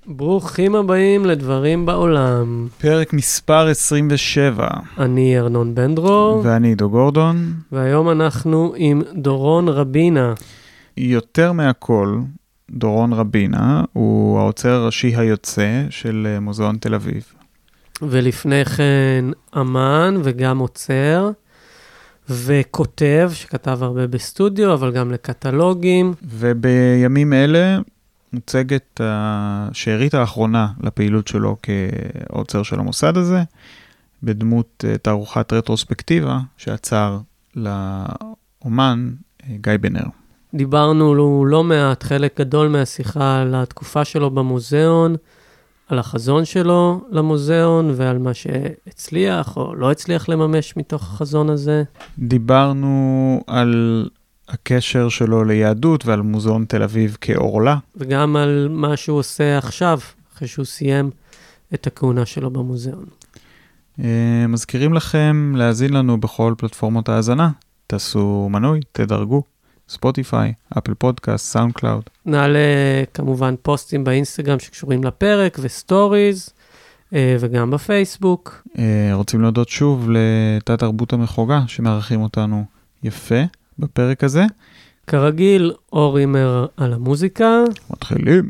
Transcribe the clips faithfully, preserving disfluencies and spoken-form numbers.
ברוכים הבאים לדברים בעולם. פרק מספר עשרים ושבע. אני ארנון בן דרור. ואני עידו גורדון. והיום אנחנו עם דורון רבינה. יותר מהכל, דורון רבינה הוא האוצר הראשי היוצא של מוזיאון תל אביב. ולפני כן אמן וגם עוצר וכותב, שכתב הרבה בסטודיו, אבל גם לקטלוגים. ובימים אלה מוצגת השארית האחרונה לפעילות שלו כאוצר של המוסד הזה, בדמות תערוכת רטרוספקטיבה שעצר לאומן גיא בן נר. דיברנו לו לא מעט, חלק גדול מהשיחה על התקופה שלו במוזיאון, על החזון שלו למוזיאון ועל מה שהצליח או לא הצליח לממש מתוך החזון הזה. דיברנו על הקשר שלו ליהדות ועל מוזיאון תל אביב כאורלה. וגם על מה שהוא עושה עכשיו, אחרי שהוא סיים את הכהונה שלו במוזיאון. מזכירים לכם להאזין לנו בכל פלטפורמות ההאזנה. תעשו מנוי, תדרגו, ספוטיפיי, אפל פודקאסט, סאונד קלאוד. נעלה כמובן פוסטים באינסטגרם שקשורים לפרק וסטוריז, וגם בפייסבוק. רוצים להודות שוב לתת תרבות המחוגה שמארחים אותנו יפה בפרק הזה. כרגיל, אור אימר על המוזיקה. מתחילים.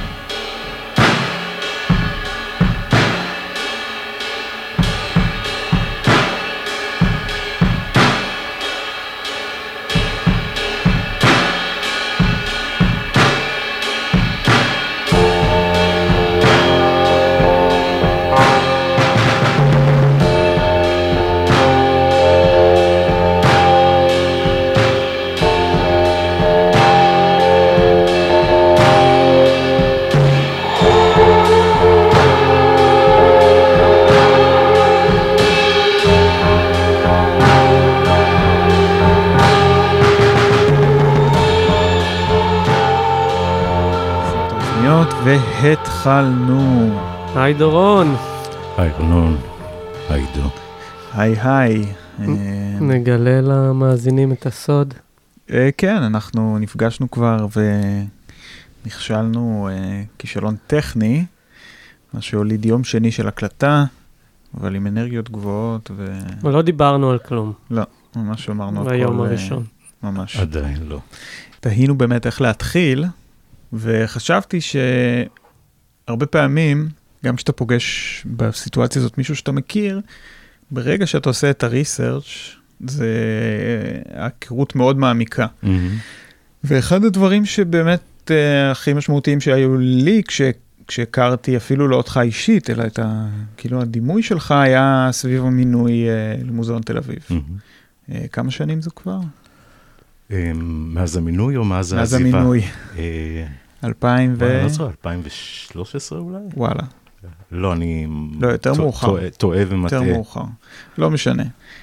והתחלנו. היי דורון. היי ארנון. היי דו. היי היי. נגלה למאזינים את הסוד. כן, אנחנו נפגשנו כבר ונכשלנו כישלון טכני, מה שהוליד יום שני של הקלטה, אבל עם אנרגיות גבוהות. ו... ולא דיברנו על כלום. לא, ממש אמרנו הכל. ביום הראשון. ממש. עדיין לא. תהינו באמת איך להתחיל, וחשבתי שהרבה פעמים, גם כשאתה פוגש בסיטואציה הזאת מישהו שאתה מכיר, ברגע שאתה עושה את הריסרצ' זה הכירות מאוד מעמיקה. Mm-hmm. ואחד הדברים שבאמת uh, הכי משמעותיים שהיו לי, כש, כשהכרתי אפילו לא אותך אישית, אלא את ה, כאילו הדימוי שלך היה סביב המינוי uh, למוזיאון תל אביב. Mm-hmm. Uh, כמה שנים זו כבר? מאז המינוי או מאז העזיבה? מאז המינוי. אלפיים ו... אלפיים ושלוש עשרה אולי? וואלה. לא, אני... לא, יותר מאוחר. טועה ומטעה. יותר מאוחר. לא משנה.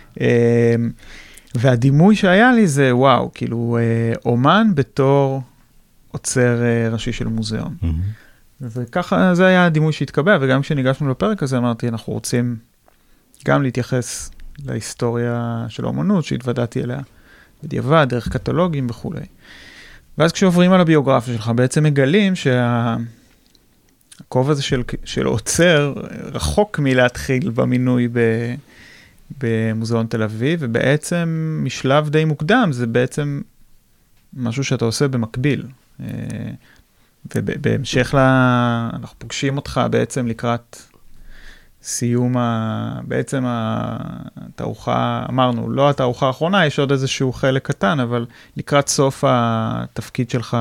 והדימוי שהיה לי זה, וואו, כאילו, אומן בתור עוצר ראשי של מוזיאון. וככה זה היה הדימוי שהתקבע, וגם כשניגשנו לפרק הזה, אמרתי, אנחנו רוצים גם להתייחס להיסטוריה של האומנות, שהתוודעתי אליה. בדיעבד, דרך קטלוגים וכו'. ואז כשעוברים על הביוגרפיה שלך, בעצם מגלים שהכובע הזה של, של עוצר רחוק מלהתחיל במינוי ב, במוזיאון תל אביב, ובעצם משלב די מוקדם, זה בעצם משהו שאתה עושה במקביל. ובהמשך לה, אנחנו פוגשים אותך בעצם לקראת סיום, ה... בעצם התערוכה, אמרנו, לא התערוכה האחרונה, יש עוד איזשהו חלק קטן, אבל לקראת סוף התפקיד שלך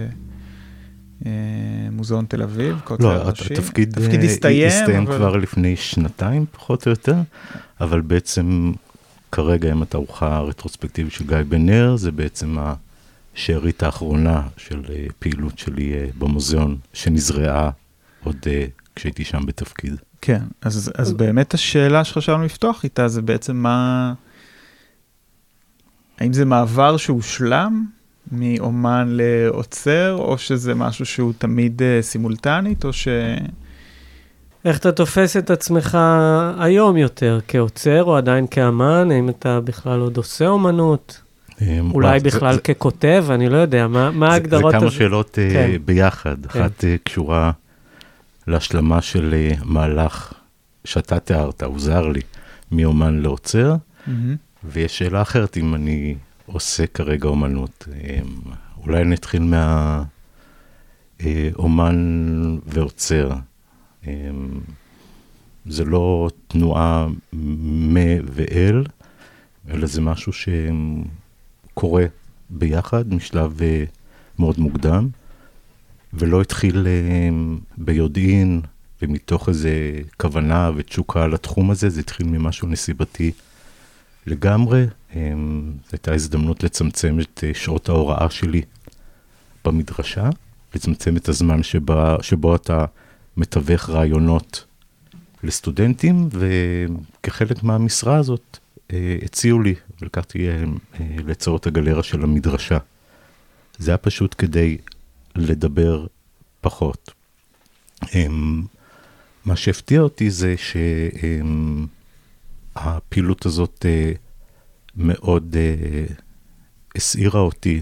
במוזיאון תל אביב, לא, התפקיד הסתיים, הסתיים אבל... כבר לפני שנתיים, פחות או יותר, אבל בעצם כרגע עם התערוכה הרטרוספקטיבית של גיא בן נר, זה בעצם השארית האחרונה של פעילות שלי במוזיאון, שנזרעה עוד כשהייתי שם בתפקיד. כן, אז, אז באמת השאלה שחשבנו לפתוח איתה, זה בעצם מה, האם זה מעבר שהוא שלם מאומן לעוצר, או שזה משהו שהוא תמיד uh, סימולטנית, או ש... איך אתה תופס את עצמך היום יותר, כעוצר או עדיין כאמן? האם אתה בכלל עוד עושה אומנות? אולי בכלל ככותב, אני לא יודע, מה ההגדרות? זה כמה שאלות ביחד. אחת קשורה להשלמה של מהלך שאתה תיארת, עוזר לי, מאומן לעוצר, mm-hmm. ויש שאלה אחרת אם אני עושה כרגע אומנות. אולי נתחיל מהאומן ועוצר. זה לא תנועה מ ואל, אלא זה משהו שקורה ביחד, משלב מאוד מוקדם, ולא התחיל ביודעין, ומתוך איזו כוונה ותשוקה לתחום הזה, זה התחיל ממשהו נסיבתי לגמרי. זו הייתה הזדמנות לצמצם את שעות ההוראה שלי במדרשה, לצמצם את הזמן שבה, שבו אתה מתווך רעיונות לסטודנטים, וכחלק מהמשרה הזאת הציעו לי, ולקחתי לצור את הגלרה של המדרשה. זה היה פשוט כדי לדבר פחות. מה שהפתיע אותי זה שהפעילות הזאת מאוד הסעירה אותי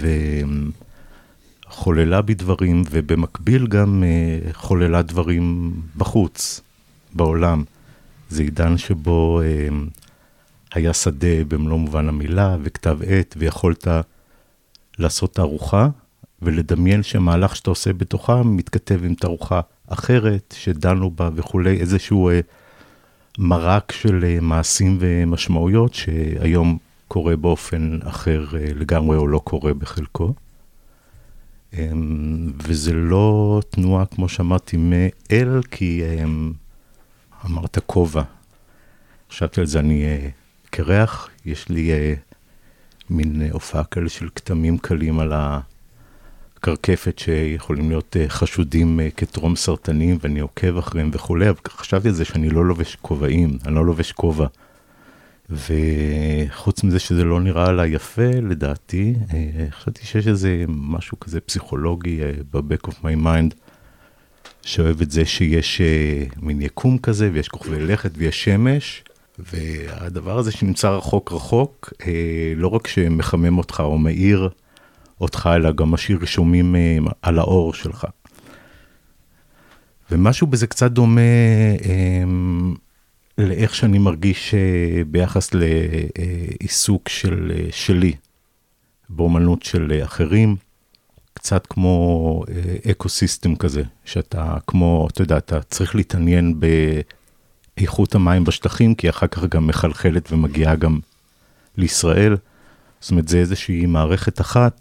וחוללה בי דברים, ובמקביל גם חוללה דברים בחוץ, בעולם. זה עידן שבו היה שדה במלוא מובן המילה וכתב עת, ויכולת לעשות תערוכה ולדמיין שמהלך שאתה עושה בתוכה מתכתב עם תערוכה אחרת שדנו בה וכולי, איזשהו אה, מרק של אה, מעשים ומשמעויות שהיום קורה באופן אחר אה, לגמרי או לא קורה בחלקו. אה, וזה לא תנועה כמו שאמרתי מאל, כי אה, אמרת כובע. חשבתי על זה, אני אה, קרח, יש לי אה, מין אה, הופעה כאלה של כתמים קלים על ה... קרקפת שיכולים להיות חשודים כטרום סרטנים, ואני עוקב אחריהם וכולי, אבל חשבתי על זה שאני לא לובש כובעים, אני לא לובש כובע. וחוץ מזה שזה לא נראה לה יפה, לדעתי, חשבתי שיש איזה משהו כזה פסיכולוגי ב-back of my mind, שאוהב את זה שיש מין יקום כזה, ויש כוכבי לכת ויש שמש, והדבר הזה שנמצא רחוק רחוק, לא רק שמחמם אותך או מאיר, אותך, אלא גם משאיר רישומים uh, על האור שלך. ומשהו בזה קצת דומה um, לאיך שאני מרגיש uh, ביחס לעיסוק של, uh, שלי, באומנות של uh, אחרים, קצת כמו uh, אקוסיסטם כזה, שאתה כמו, אתה יודע, אתה צריך להתעניין באיכות המים בשטחים, כי אחר כך גם מחלחלת ומגיעה גם לישראל. זאת אומרת, זה איזושהי מערכת אחת,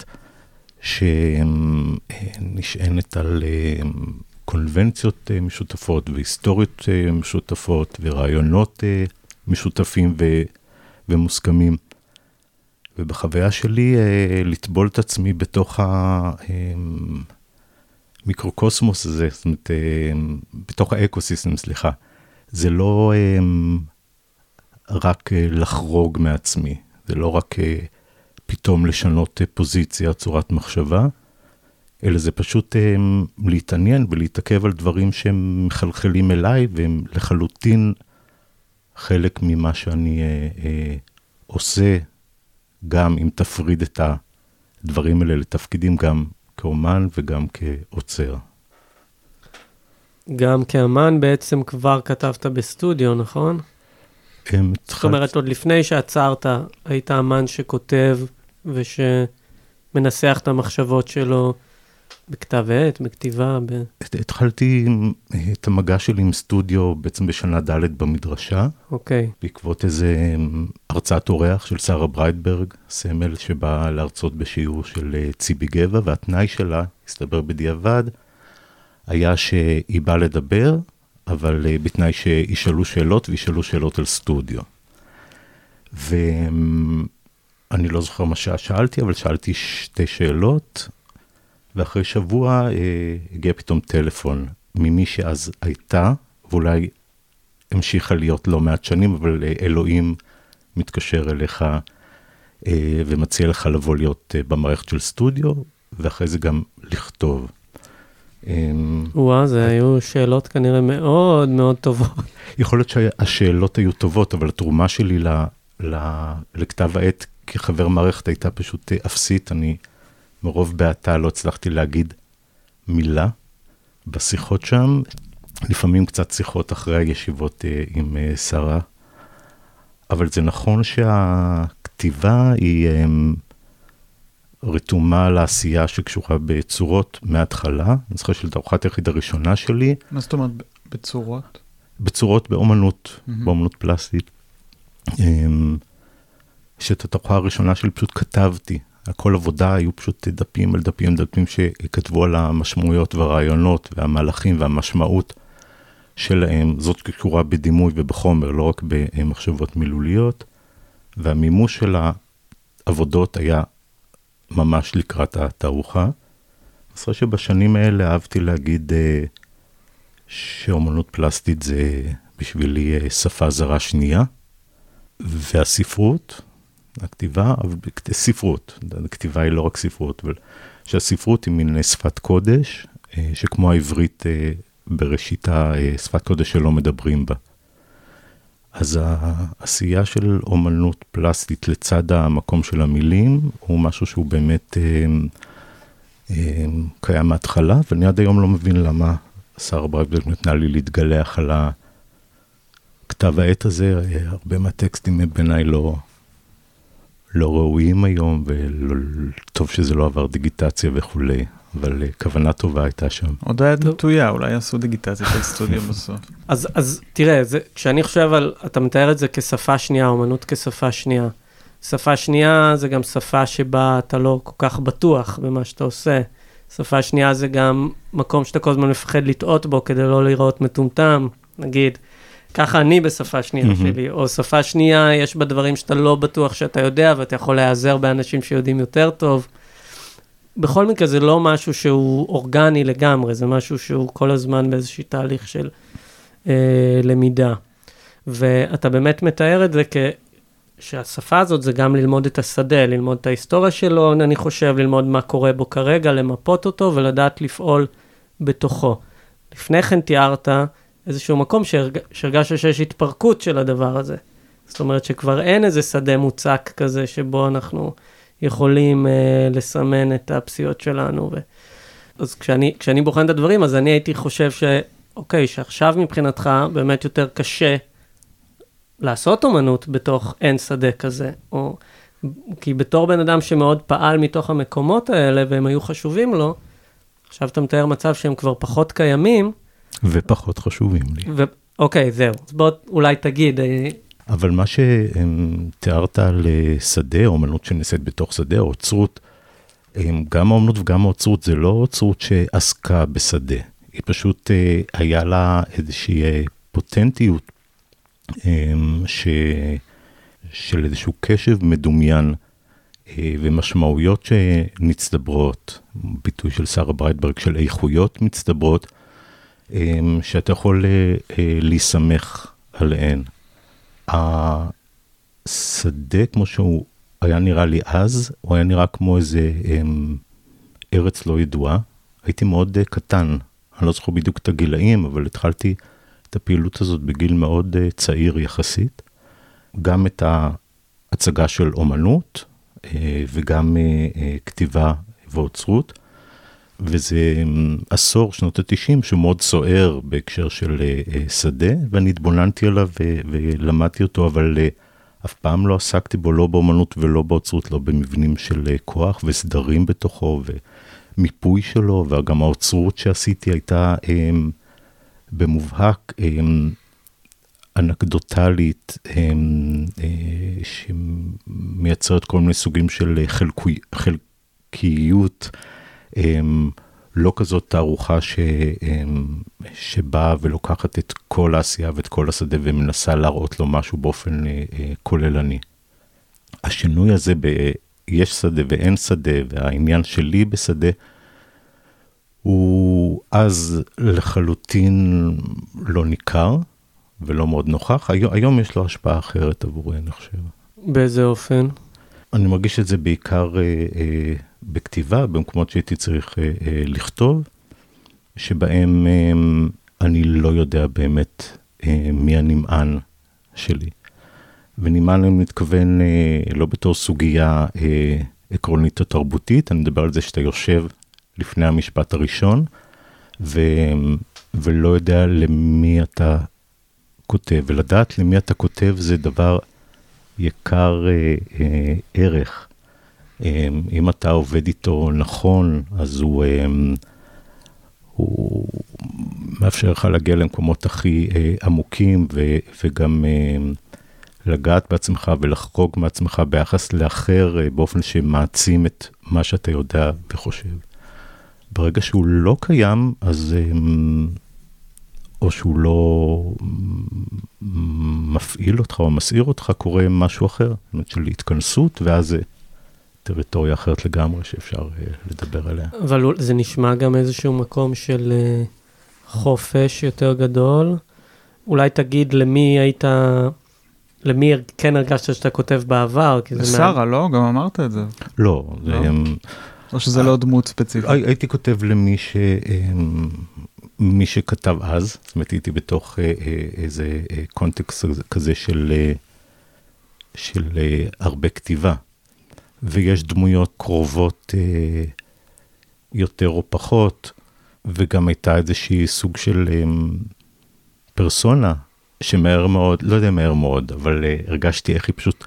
שנשענת על קונבנציות משותפות והיסטוריות משותפות ורעיונות משותפים ומוסכמים. ובחוויה שלי לטבול את עצמי בתוך המיקרוקוסמוס הזה, זאת אומרת, בתוך האקוסיסטם, סליחה. זה לא רק לחרוג מעצמי, זה לא רק פתאום לשנות פוזיציה, צורת מחשבה, אלא זה פשוט להתעניין ולהתעכב על דברים שהם מחלחלים אליי, והם לחלוטין חלק ממה שאני אה, אה, עושה, גם אם תפריד את הדברים האלה לתפקידים, גם כאומן וגם כעוצר. גם כאמן בעצם כבר כתבת בסטודיו, נכון? זאת אומרת, עוד לפני שעצרת, היית אמן שכותב ושמנסח את המחשבות שלו בכתב עת, בכתיבה. ב... התחלתי את המגע שלי עם סטודיו בעצם בשנה ד' במדרשה. אוקיי. בעקבות איזה הרצאת אורח של שרה ברייטברג, סמל שבא להרצות בשיעור של ציבי גבע, והתנאי שלה, הסתבר בדיעבד, היה שהיא באה לדבר, אבל בתנאי שישאלו שאלות, וישאלו שאלות על סטודיו. ואני לא זוכר מה שאלתי, אבל שאלתי שתי שאלות, ואחרי שבוע הגיע פתאום טלפון ממי שאז הייתה, ואולי המשיכה להיות לא מעט שנים, אבל אלוהים מתקשר אליך ומציע לך לבוא להיות במערכת של סטודיו, ואחרי זה גם לכתוב. וואה, זה היו שאלות כנראה מאוד מאוד טובות. יכול להיות שהשאלות היו טובות, אבל התרומה שלי לכתב העת כחבר מערכת הייתה פשוט אפסית. אני מרוב בעתה לא הצלחתי להגיד מילה בשיחות שם. לפעמים קצת שיחות אחרי הישיבות עם שרה, אבל זה נכון שהכתיבה היא רתומה לעשייה שקשורה בצורות מההתחלה. אני זוכר של תערוכת היחיד הראשונה שלי. מה זאת אומרת בצורות? בצורות באומנות, mm-hmm. באומנות פלסטית. שאת התערוכה הראשונה שלי פשוט כתבתי. הכל עבודה היו פשוט דפים על דפים, דפים שכתבו על המשמעויות והרעיונות והמהלכים והמשמעות שלהם. זאת קשורה בדימוי ובחומר, לא רק במחשבות מילוליות. והמימוש של העבודות היה ממש לקראת התערוכה. אז שבשנים האלה אהבתי להגיד שאומנות פלסטית זה בשבילי שפה זרה שנייה, והספרות, הכתיבה, ספרות, הכתיבה היא לא רק ספרות, אבל שהספרות היא מין שפת קודש, שכמו העברית בראשיתה, שפת קודש שלא מדברים בה. אז העשייה של אומנות פלסטית לצד המקום של המילים, הוא משהו שהוא באמת אה, אה, קיים מההתחלה, ואני עד היום לא מבין למה שרה ברייטברג נתנה לי להתגלח על הכתב העת הזה. הרבה מהטקסטים בעיניי לא, לא ראויים היום, וטוב שזה לא עבר דיגיטציה וכולי, אבל כוונה טובה הייתה שם. עוד היה נטויה, אולי יעשו דיגיטציה של סטודיו בסוף. אז, אז תראה, זה, כשאני חושב על, אתה מתאר את זה כשפה שנייה, אומנות כשפה שנייה. שפה שנייה זה גם שפה שבה אתה לא כל כך בטוח במה שאתה עושה. שפה שנייה זה גם מקום שאתה כל הזמן מפחד לטעות בו כדי לא לראות מטומטם, נגיד. ככה אני בשפה שנייה mm-hmm. שלי, או שפה שנייה יש בה דברים שאתה לא בטוח שאתה יודע, ואתה יכול להיעזר באנשים שיודעים יותר טוב. בכל מקרה זה לא משהו שהוא אורגני לגמרי, זה משהו שהוא כל הזמן באיזושהי תהליך של אה, למידה. ואתה באמת מתאר את זה כ... שהשפה הזאת זה גם ללמוד את השדה, ללמוד את ההיסטוריה שלו, אני חושב, ללמוד מה קורה בו כרגע, למפות אותו ולדעת לפעול בתוכו. לפני כן תיארת איזשהו מקום שהרג... שהרגש שיש התפרקות של הדבר הזה. זאת אומרת שכבר אין איזה שדה מוצק כזה שבו אנחנו יכולים אה, לסמן את הפסיעות שלנו. ו... אז כשאני, כשאני בוחן את הדברים, אז אני הייתי חושב שאוקיי, שעכשיו מבחינתך באמת יותר קשה לעשות אומנות בתוך אין שדה כזה, או כי בתור בן אדם שמאוד פעל מתוך המקומות האלה, והם היו חשובים לו, עכשיו אתה מתאר מצב שהם כבר פחות קיימים. ופחות חשובים לי. ו... אוקיי, זהו. אז בוא אולי תגיד. אבל מה שתיארת על שדה, אומנות שנעשית בתוך שדה, או אוצרות, גם האומנות וגם האוצרות, זה לא אוצרות שעסקה בשדה. היא פשוט היה לה איזושהי פוטנטיות, ש... של איזשהו קשב מדומיין, ומשמעויות שנצטברות, ביטוי של שרה ברייטברג, של איכויות מצטברות, שאתה יכול להיסמך עליהן. השדה, כמו שהוא היה נראה לי אז, הוא היה נראה כמו איזה ארץ לא ידועה. הייתי מאוד קטן, אני לא זוכר בדיוק את הגילאים, אבל התחלתי את הפעילות הזאת בגיל מאוד צעיר יחסית. גם את ההצגה של אומנות, וגם כתיבה ואוצרות. וזה עשור, שנות ה-תשעים, שהוא מאוד סוער בהקשר של שדה, ואני התבוננתי עליו ולמדתי אותו, אבל אף פעם לא עסקתי בו, לא באומנות ולא באוצרות, לא במבנים של כוח וסדרים בתוכו, ומיפוי שלו, וגם האוצרות שעשיתי הייתה במובהק אנקדוטלית, שמייצרת כל מיני סוגים של חלקיות, לא כזאת תערוכה ש, שבאה ולוקחת את כל העשייה ואת כל השדה ומנסה להראות לו משהו באופן כוללני. השינוי הזה יש שדה ואין שדה, והעניין שלי בשדה, הוא אז לחלוטין לא ניכר ולא מאוד נוכח. היום, היום יש לו השפעה אחרת עבורי, אני חושב. באיזה אופן? אני מרגיש את זה בעיקר אה, אה, בכתיבה, במקומות שהייתי צריך אה, אה, לכתוב, שבהם אה, אני לא יודע באמת אה, מי הנמען שלי. ונמען אני מתכוון אה, לא בתור סוגיה אה, עקרונית או תרבותית, אני מדבר על זה שאתה יושב לפני המשפט הראשון, ו, ולא יודע למי אתה כותב, ולדעת למי אתה כותב זה דבר יקר אה, אה, ערך. אה, אם אתה עובד איתו נכון, אז הוא, אה, הוא מאפשר לך להגיע למקומות הכי אה, עמוקים, ו, וגם אה, לגעת בעצמך ולחרוג מעצמך ביחס לאחר, אה, באופן שמעצים את מה שאתה יודע וחושב. ברגע שהוא לא קיים, אז אה, או שהוא לא מפעיל אותך או מסעיר אותך, קורה משהו אחר, זאת אומרת של התכנסות, ואז זה טריטוריה אחרת לגמרי שאפשר לדבר עליה. אבל זה נשמע גם איזשהו מקום של חופש יותר גדול. אולי תגיד למי היית, למי כן הרגשת שאתה כותב בעבר? לשרה, לא? גם אמרת את זה. לא. או שזה לא דמות ספציפית. הייתי כותב למי ש... מי שכתב אז, זאת אומרת, הייתי בתוך איזה קונטקסט כזה של, של הרבה כתיבה, ויש דמויות קרובות יותר או פחות, וגם הייתה איזושהי סוג של פרסונה, שמהר מאוד, לא יודע מהר מאוד, אבל הרגשתי איך היא פשוט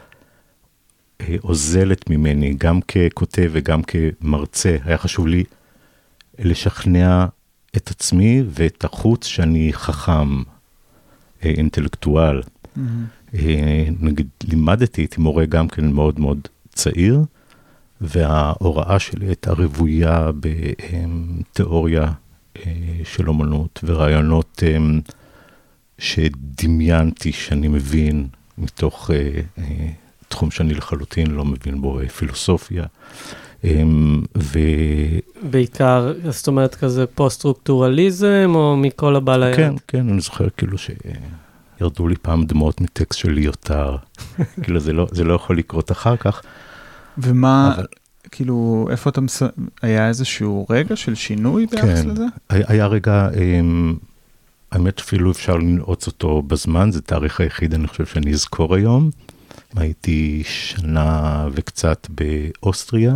עוזלת ממני, גם ככותב וגם כמרצה. היה חשוב לי לשכנע את עצמי ואת החוץ שאני חכם, אינטלקטואל. Mm-hmm. נגיד, לימדתי, הייתי מורה גם כן מאוד מאוד צעיר, וההוראה שלי הייתה רבויה בתיאוריה של אומנות, ורעיונות שדמיינתי שאני מבין מתוך תחום שאני לחלוטין לא מבין בו, פילוסופיה. ו... בעיקר, זאת אומרת, כזה פוסט-סטרוקטורליזם, או מכל הבא ליד? כן, כן, אני זוכר כאילו שירדו לי פעם דמות מטקסט שלי יותר, כאילו זה לא, זה לא יכול לקרות אחר כך. ומה, אבל... כאילו, איפה אתה, מס... היה איזשהו רגע של שינוי ביחס כן, לזה? היה, היה רגע, האמת אפילו אפשר לנעוץ אותו בזמן, זה תאריך היחיד, אני חושב שאני אזכור היום. הייתי שנה וקצת באוסטריה,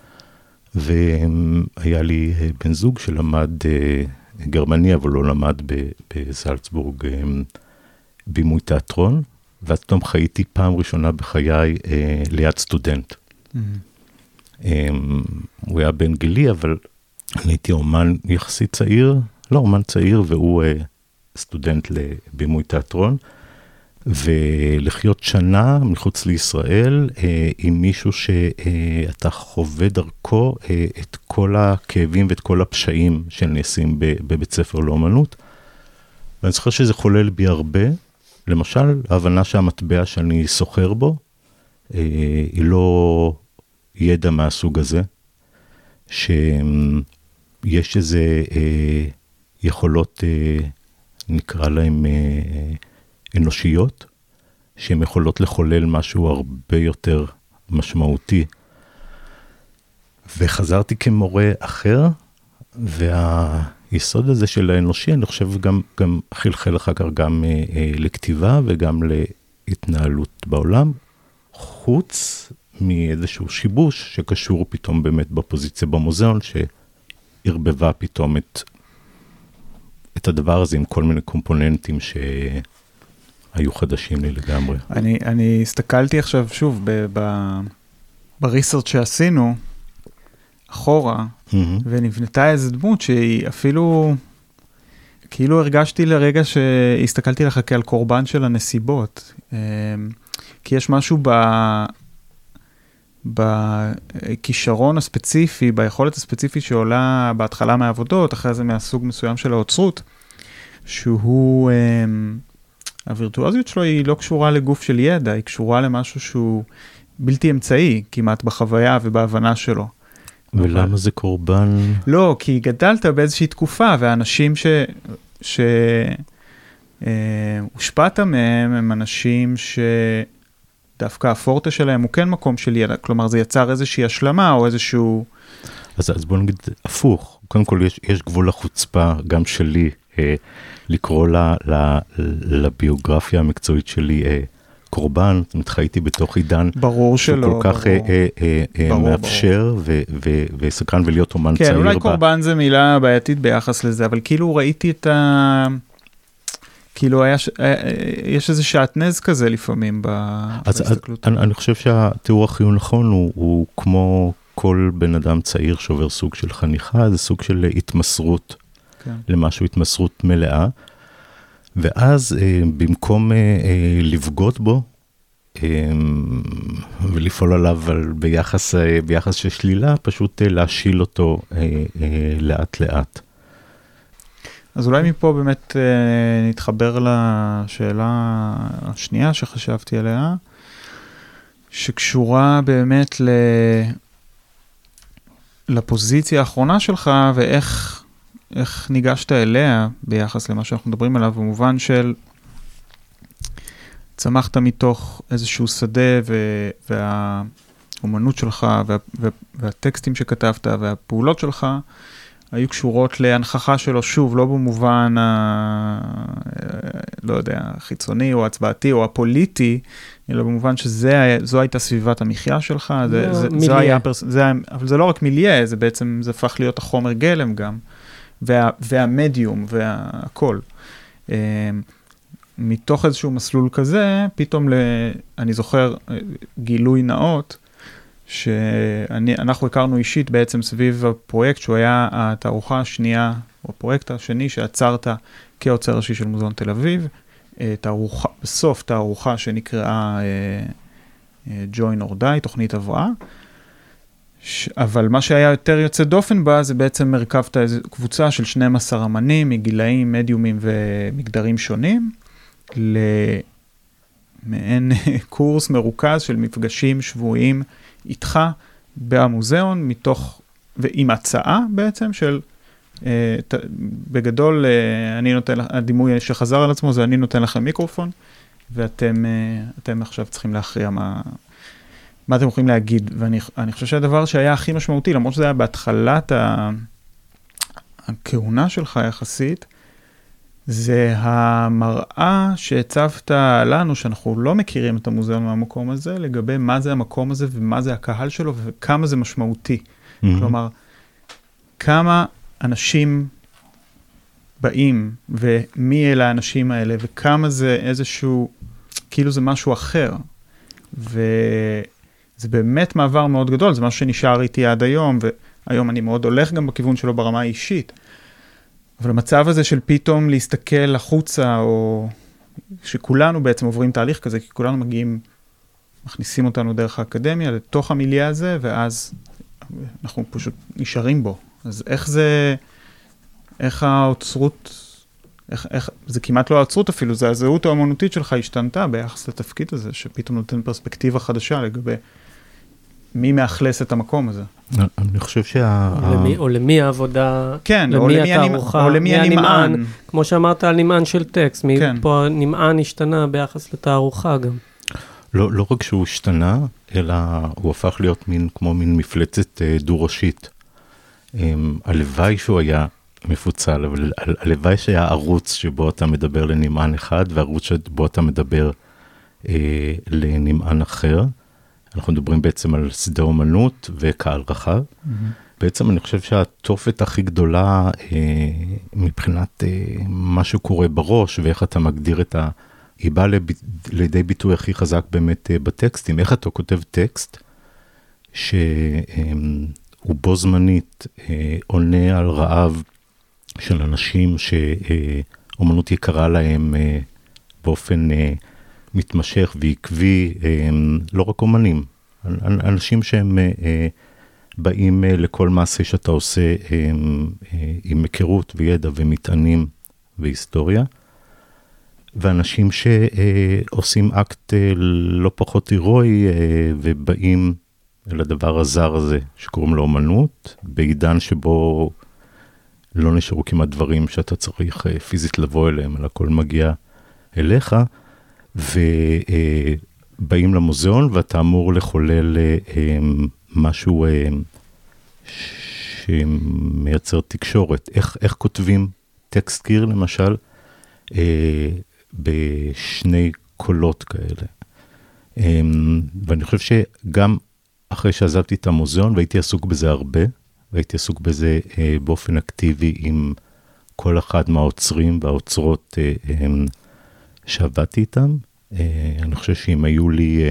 והיה לי בן זוג שלמד גרמני, אבל לא למד בזלצבורג בימוי תיאטרון, ואז פתאום חייתי פעם ראשונה בחיי ליד סטודנט. Mm-hmm. הוא היה בן גילי, אבל אני הייתי אומן יחסית צעיר, לא אומן צעיר, והוא סטודנט לבימוי תיאטרון, ולחיות שנה מחוץ לישראל אה, עם מישהו שאתה חווה דרכו אה, את כל הכאבים ואת כל הפשעים שנעשים בבית ספר לאומנות. ואני זוכר שזה חולל בי הרבה, למשל, ההבנה שהמטבע שאני סוחר בו, אה, היא לא ידע מהסוג הזה, שיש איזה אה, יכולות, אה, נקרא להם, אה, אנושיות, שהן יכולות לחולל משהו הרבה יותר משמעותי. וחזרתי כמורה אחר, והיסוד הזה של האנושי, אני חושב גם, גם חלחל אחר כך גם אה, אה, לכתיבה וגם להתנהלות בעולם, חוץ מאיזשהו שיבוש שקשור פתאום באמת בפוזיציה במוזיאון, שהרבבה פתאום את, את הדבר הזה עם כל מיני קומפוננטים ש... היו חדשים לי לגמרי. אני, אני הסתכלתי עכשיו שוב ב, ב, בריסרצ' שעשינו אחורה, mm-hmm. ונבנתה איזו דמות שהיא אפילו, כאילו הרגשתי לרגע שהסתכלתי לך כעל קורבן של הנסיבות. כי יש משהו ב, בכישרון הספציפי, ביכולת הספציפית שעולה בהתחלה מהעבודות, אחרי זה מהסוג מסוים של האוצרות, שהוא... הווירטואוזיות שלו היא לא קשורה לגוף של ידע, היא קשורה למשהו שהוא בלתי אמצעי, כמעט בחוויה ובהבנה שלו. ולמה אבל... זה קורבן? לא, כי גדלת באיזושהי תקופה, והאנשים ש... ש... אה, הושפעת מהם, הם אנשים שדווקא הפורטה שלהם הוא כן מקום של ידע, כלומר זה יצר איזושהי השלמה או איזשהו... אז, אז בוא נגיד הפוך, קודם כל יש, יש גבול לחוצפה גם שלי, אה, לקרוא לה, לה, לביוגרפיה המקצועית שלי אה, קורבן, זאת אומרת, חייתי בתוך עידן, ברור שלא, כל כך ברור. אה, אה, אה, ברור, מאפשר ברור. ו- ו- וסקרן ולהיות אומן כן, צעיר. אולי בה. קורבן זה מילה בעייתית ביחס לזה, אבל כאילו ראיתי את ה... כאילו היה, יש איזה שעטנז כזה לפעמים בהסתכלות. אני, אני חושב שהתיאור הכי נכון הוא, הוא כמו כל בן אדם צעיר שעובר סוג של חניכה, זה סוג של התמסרות, כן. למשהו, התמסרות מלאה, ואז במקום לבגוד בו, ולפעול עליו ביחס, ביחס של שלילה, פשוט להשיל אותו לאט לאט. אז אולי מפה באמת נתחבר לשאלה השנייה שחשבתי עליה, שקשורה באמת ל... לפוזיציה האחרונה שלך, ואיך איך ניגשת אליה ביחס למה שאנחנו מדברים עליו, במובן של צמחת מתוך איזשהו שדה, ו... והאומנות שלך, וה... וה... והטקסטים שכתבת, והפעולות שלך, היו קשורות להנכחה שלו, שוב, לא במובן, ה... לא יודע, חיצוני או הצבעתי או הפוליטי, אלא במובן שזו הייתה סביבת המחיה שלך, זה, זה, זה היה, זה, אבל זה לא רק מיליה, זה בעצם, זה הפך להיות החומר גלם גם, וה, והמדיום והכל. מתוך איזשהו מסלול כזה, פתאום, אני זוכר, גילוי נאות, שאנחנו הכרנו אישית בעצם סביב הפרויקט, שהוא היה התערוכה השנייה, או הפרויקט השני שעצרת כעוצר ראשי של מוזיאון תל אביב, תערוכה, בסוף תערוכה שנקראה Join or Die, תוכנית הבראה, אבל מה שהיה יותר יוצא דופן בה, זה בעצם הרכבת איזו קבוצה של שנים עשר אמנים, מגילאים, מדיומים ומגדרים שונים, למעין קורס מרוכז של מפגשים שבועיים, איתך במוזיאון, מתוך, ועם הצעה בעצם של, אה, ת, בגדול, אה, אני נותן, הדימוי שחזר על עצמו, זה אני נותן לכם מיקרופון, ואתם אה, אתם עכשיו צריכים להכריע מה, מה אתם יכולים להגיד, ואני אני חושב שהדבר שהיה הכי משמעותי, למרות שזה היה בהתחלת ה, הכהונה שלך יחסית, זה המראה שהצבת לנו, שאנחנו לא מכירים את המוזיאון מהמקום הזה, לגבי מה זה המקום הזה, ומה זה הקהל שלו, וכמה זה משמעותי. Mm-hmm. כלומר, כמה אנשים באים, ומי אלה האנשים האלה, וכמה זה איזשהו, כאילו זה משהו אחר. וזה באמת מעבר מאוד גדול, זה משהו שנשאר איתי עד היום, והיום אני מאוד הולך גם בכיוון שלו ברמה האישית. אבל המצב הזה של פתאום להסתכל החוצה, או שכולנו בעצם עוברים תהליך כזה, כי כולנו מגיעים, מכניסים אותנו דרך האקדמיה, לתוך המיליה הזה, ואז אנחנו פשוט נשארים בו. אז איך זה, איך האוצרות, איך, איך, זה כמעט לא האוצרות אפילו, זה הזהות האמנותית שלך השתנתה ביחס לתפקיד הזה, שפתאום נותן פרספקטיבה חדשה לגבי מי מאכלס את המקום הזה. אני חושב שה... או למי העבודה, כן, למי התערוכה, או למי הנמען. כמו שאמרת על נמען של טקסט, מפה הנמען השתנה ביחס לתערוכה גם. לא, לא רק שהוא השתנה, אלא הוא הפך להיות מין, כמו מין מפלצת דו-ראשית. הלוואי שהוא היה מפוצל, אבל הלוואי שהיה ערוץ שבו אתה מדבר לנמען אחד, וערוץ שבו אתה מדבר אה, לנמען אחר. אנחנו מדברים בעצם על שדה אומנות וקהל רחב. Mm-hmm. בעצם אני חושב שהתופת הכי גדולה אה, מבחינת אה, מה שקורה בראש, ואיך אתה מגדיר את ה... היא באה לב... לידי ביטוי הכי חזק באמת אה, בטקסטים. איך אתה כותב טקסט שהוא אה, בו זמנית אה, עונה על רעב של אנשים שאומנות אה, יקרה להם אה, באופן... אה, מתמשך ועקבי, לא רק אומנים, אנשים שהם באים לכל מעשה שאתה עושה עם היכרות וידע ומטענים והיסטוריה, ואנשים שעושים אקט לא פחות הירואי ובאים לדבר הזר הזה שקוראים לו אומנות, בעידן שבו לא נשארו כמעט דברים שאתה צריך פיזית לבוא אליהם, אלא הכל מגיע אליך, ובאים למוזיאון, ואתה אמור לחולל משהו שמייצר תקשורת. איך, איך כותבים טקסט קיר, למשל, בשני קולות כאלה. ואני חושב שגם אחרי שעזבתי את המוזיאון, והייתי עסוק בזה הרבה, והייתי עסוק בזה באופן אקטיבי עם כל אחד מהאוצרים והאוצרות שעבדתי איתם. אני חושב שאם היו לי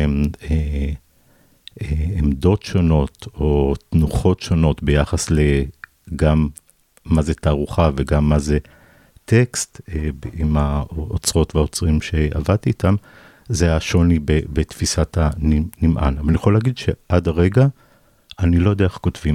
עמדות שונות או תנוחות שונות ביחס לגם מה זה תערוכה וגם מה זה טקסט, עם האוצרות והאוצרים שעבדתי איתם, זה השוני בתפיסת הנמען. אבל אני יכול להגיד שעד הרגע, אני לא יודע איך כותבים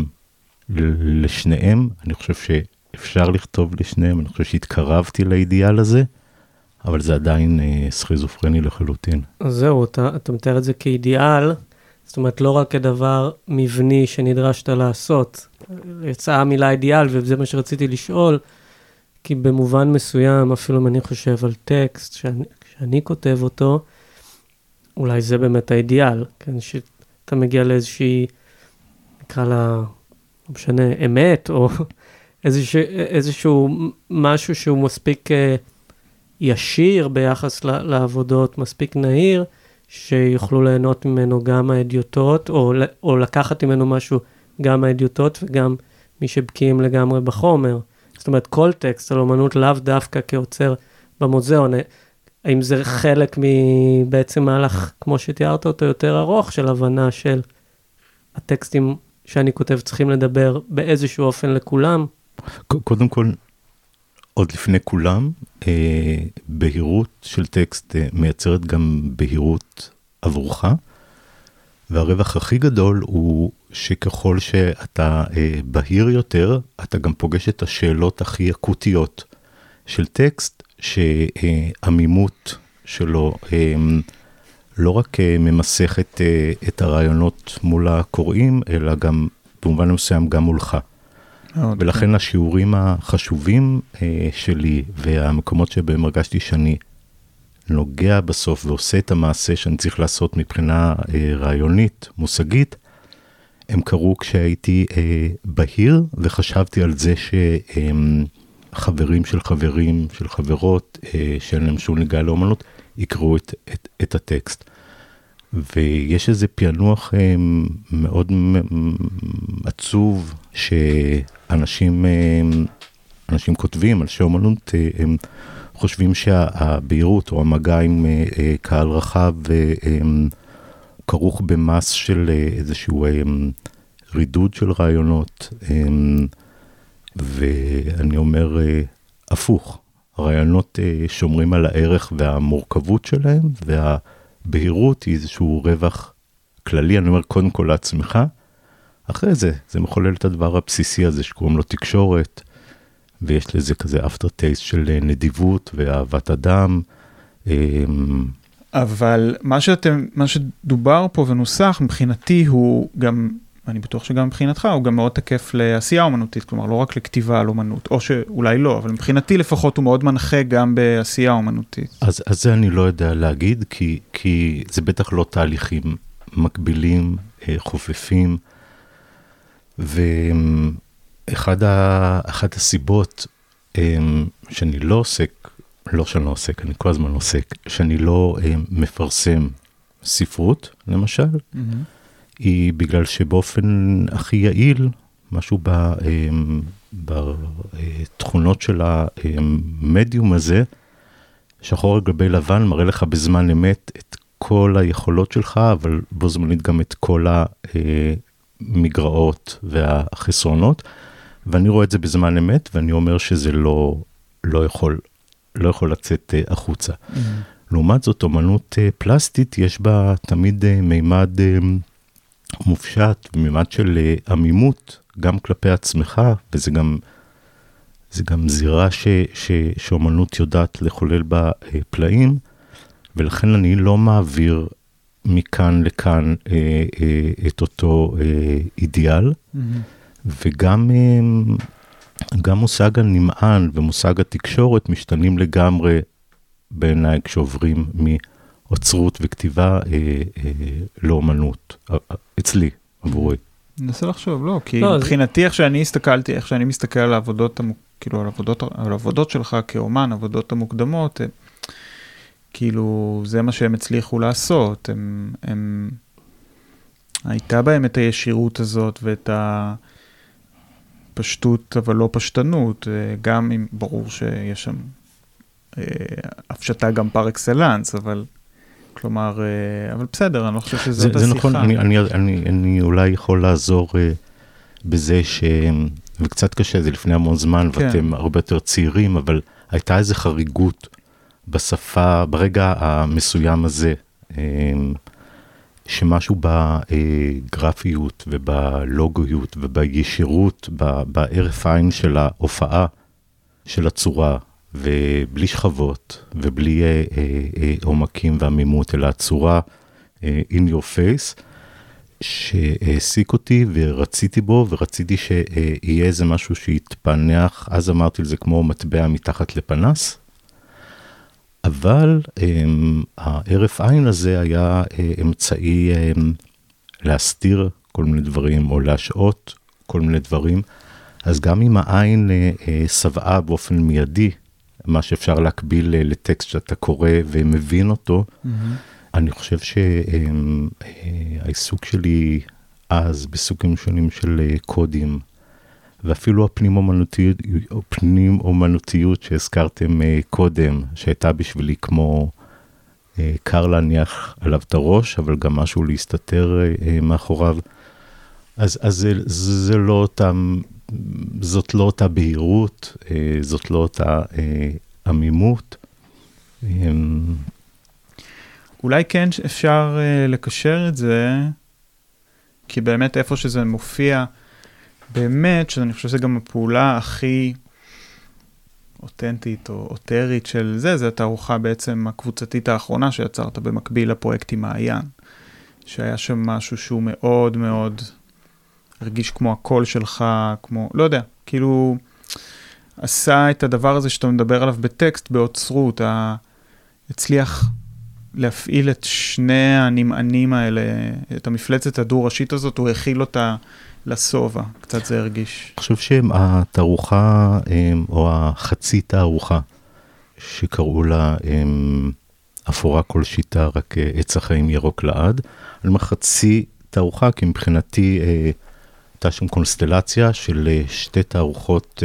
לשניהם, אני חושב שאפשר לכתוב לשניהם, אני חושב שהתקרבתי לאידיאל הזה, אבל זה עדיין סכיזופרני לחלוטין. אז זהו, אתה, אתה מתאר את זה כאידיאל, זאת אומרת, לא רק כדבר מבני שנדרשת לעשות. יצאה המילה אידיאל, וזה מה שרציתי לשאול, כי במובן מסוים, אפילו אם אני חושב על טקסט, שאני, שאני כותב אותו, אולי זה באמת האידיאל, כן, שאתה מגיע לאיזושהי, נקרא לה, לא משנה, אמת, או איזשהו, איזשהו משהו שהוא מספיק ישיר ביחס לעבודות, מספיק נהיר, שיוכלו ליהנות ממנו גם האדיוטות, או, או לקחת ממנו משהו גם האדיוטות, וגם מי שבקיאים לגמרי בחומר. זאת אומרת, כל טקסט על אומנות לאו דווקא כעוצר במוזיאון, האם זה חלק מבעצם מהלך, כמו שתיארת אותו, יותר ארוך, של הבנה של הטקסטים שאני כותב צריכים לדבר באיזשהו אופן לכולם? קודם כל, עוד לפני כולם, אה, בהירות של טקסט אה, מייצרת גם בהירות עבורך, והרווח הכי גדול הוא שככל שאתה אה, בהיר יותר, אתה גם פוגש את השאלות הכי אקוטיות של טקסט, שהעמימות שלו אה, לא רק אה, ממסכת אה, את הרעיונות מול הקוראים, אלא גם במובן מסוים גם מולך. ולכן השיעורים החשובים שלי, והמקומות שבהם הרגשתי שאני נוגע בסוף ועושה את המעשה שאני צריך לעשות מבחינה רעיונית, מושגית, הם קרו כשהייתי בהיר, וחשבתי על זה שחברים של חברים, של חברות, שאין להם שום נגיעה לאומנות, יקראו את, את, את הטקסט. ויש איזה פענוח מאוד עצוב שאנשים אנשים כותבים על שאומנות, הם חושבים שהבהירות או המגע עם קהל רחב כרוך במס של איזשהו רידוד של רעיונות, ואני אומר הפוך, הרעיונות שומרים על הערך והמורכבות שלהם, וה בהירות היא איזשהו רווח כללי, אני אומר קודם כל לעצמך, אחרי זה, זה מחולל את הדבר הבסיסי הזה שקוראים לו תקשורת, ויש לזה כזה אפטר טייסט של נדיבות ואהבת אדם. אבל מה שאתם, מה שדובר פה ונוסח, מבחינתי הוא גם, אני בטוח שגם מבחינתך, הוא גם מאוד תקף לעשייה אומנותית, כלומר לא רק לכתיבה על אומנות, או שאולי לא, אבל מבחינתי לפחות הוא מאוד מנחה גם בעשייה אומנותית. אז, אז זה אני לא יודע להגיד, כי, כי זה בטח לא תהליכים מקבילים, חופפים, ואחד ה, אחת הסיבות שאני לא עוסק, לא שאני לא עוסק, אני כל הזמן עוסק, שאני לא מפרסם ספרות, למשל, mm-hmm. היא בגלל שבאופן הכי יעיל, משהו בתכונות של המדיום הזה, שחור על גבי לבן מראה לך בזמן אמת את כל היכולות שלך, אבל בו זמנית גם את כל המגרעות והחסרונות, ואני רואה את זה בזמן אמת, ואני אומר שזה לא, לא יכול, לא יכול לצאת החוצה. Mm-hmm. לעומת זאת, אומנות פלסטית, יש בה תמיד מימד מופשט, מימד של עמימות, גם כלפי עצמך, וזה גם, זה גם זירה ש, ש, שאומנות יודעת לחולל בה פלאים, ולכן אני לא מעביר מכאן לכאן אה, אה, את אותו אה, אידיאל, mm-hmm. וגם אה, גם מושג הנמען ומושג התקשורת משתנים לגמרי בעיניי כשעוברים מאוצרות וכתיבה אה, אה, לאומנות, אה, אצלי, עבורי. ננסה לחשוב, לא, כי לא, מבחינתי איך שאני הסתכלתי, איך שאני מסתכל על העבודות, כאילו על העבודות, על העבודות שלך כאומן, העבודות המוקדמות, כאילו, זה מה שהם הצליחו לעשות. הם, הם... הייתה בהם את הישירות הזאת ואת הפשטות, אבל לא פשטנות. גם אם ברור שיש שם הפשטה גם פר אקסלנס, אבל כלומר, אבל בסדר, אני לא חושב שזאת השיחה. זה נכון, אני, אני, אני, אני אולי יכול לעזור בזה ש... וקצת קשה, זה לפני המון זמן, כן. ואתם הרבה יותר צעירים, אבל הייתה איזו חריגות בשפה, ברגע המסוים הזה, שמשהו בגרפיות ובלוגיות ובישירות, בערף עין של ההופעה של הצורה, ובלי שכבות, ובלי אה, אה, עומקים ועמימות, אלא הצורה אה, in your face, שהעסיק אותי ורציתי בו, ורציתי שיהיה איזה משהו שיתפנח, אז אמרתי לזה כמו מטבע מתחת לפנס, אבל אה, הערף עין הזה היה אה, אמצעי אה, להסתיר כל מיני דברים, או להשעות כל מיני דברים, אז גם אם העין אה, אה, סבעה באופן מיידי, מה שאפשר להקביל לטקסט שאתה קורא ומבין אותו, mm-hmm. אני חושב שהעיסוק שלי אז בסוגים שונים של קודים, ואפילו הפנים אומנותיות, פנים אומנותיות שהזכרתם קודם, שהייתה בשבילי כמו קר להניח עליו את הראש, אבל גם משהו להסתתר מאחוריו, אז, אז זה, זה לא אותם, זאת לא אותה בהירות, זאת לא אותה עמימות. אולי כן אפשר לקשר את זה, כי באמת איפה שזה מופיע, באמת, שאני חושב שזה גם הפעולה הכי אותנטית או אוטרית של זה, זה התערוכה בעצם הקבוצתית האחרונה שיצרת במקביל לפרויקט עם מעיין, שהיה שם משהו שהוא מאוד מאוד הרגיש כמו הקול שלך, כמו, לא יודע, כאילו עשה את הדבר הזה שאתה מדבר עליו בטקסט, בעוצרות, אתה הצליח להפעיל את שני הנמענים האלה, את המפלצת הדו-ראשית הזאת, הוא הכיל אותה לסובה, קצת זה הרגיש. אני חושב שהתערוכה, או החצי תערוכה, שקראו לה אפורה כל שיטה, רק עץ החיים ירוק לעד, על מחצי תערוכה, כי מבחינתי הייתה שם קונסטלציה של שתי תערוכות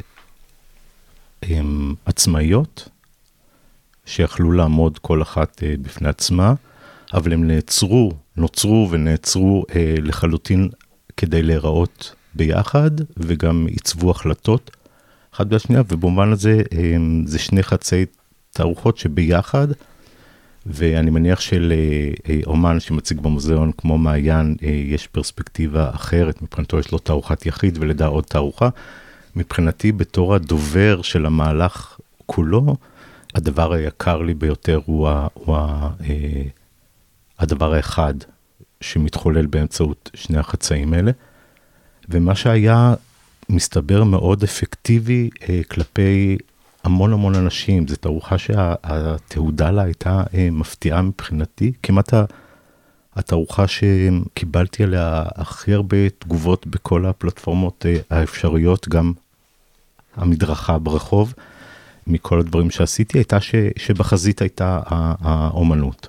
עצמאיות, שיכלו לעמוד כל אחת בפני עצמה, אבל הם נעצרו, נוצרו ונעצרו לחלוטין כדי להיראות ביחד, וגם עיצבו החלטות אחת בשנייה, ובמובן הזה זה שני חצי תערוכות שביחד, ואני מניח שלאומן שמציג במוזיאון כמו מעיין, יש פרספקטיבה אחרת, מבחינתו יש לו תערוכת יחיד ולדע עוד תערוכה, מבחינתי בתור הדובר של המהלך כולו, הדבר היקר לי ביותר הוא, ה, הוא ה, אה, הדבר האחד שמתחולל באמצעות שני החצאים האלה, ומה שהיה מסתבר מאוד אפקטיבי אה, כלפי המון המון אנשים, זו תערוכה שהתעודה לה הייתה אה, מפתיעה מבחינתי, כמעט התערוכה שקיבלתי עליה הכי הרבה תגובות בכל הפלטפורמות אה, האפשריות, גם המדרכה ברחוב, מכל הדברים שעשיתי, הייתה ש, שבחזית הייתה האומנות.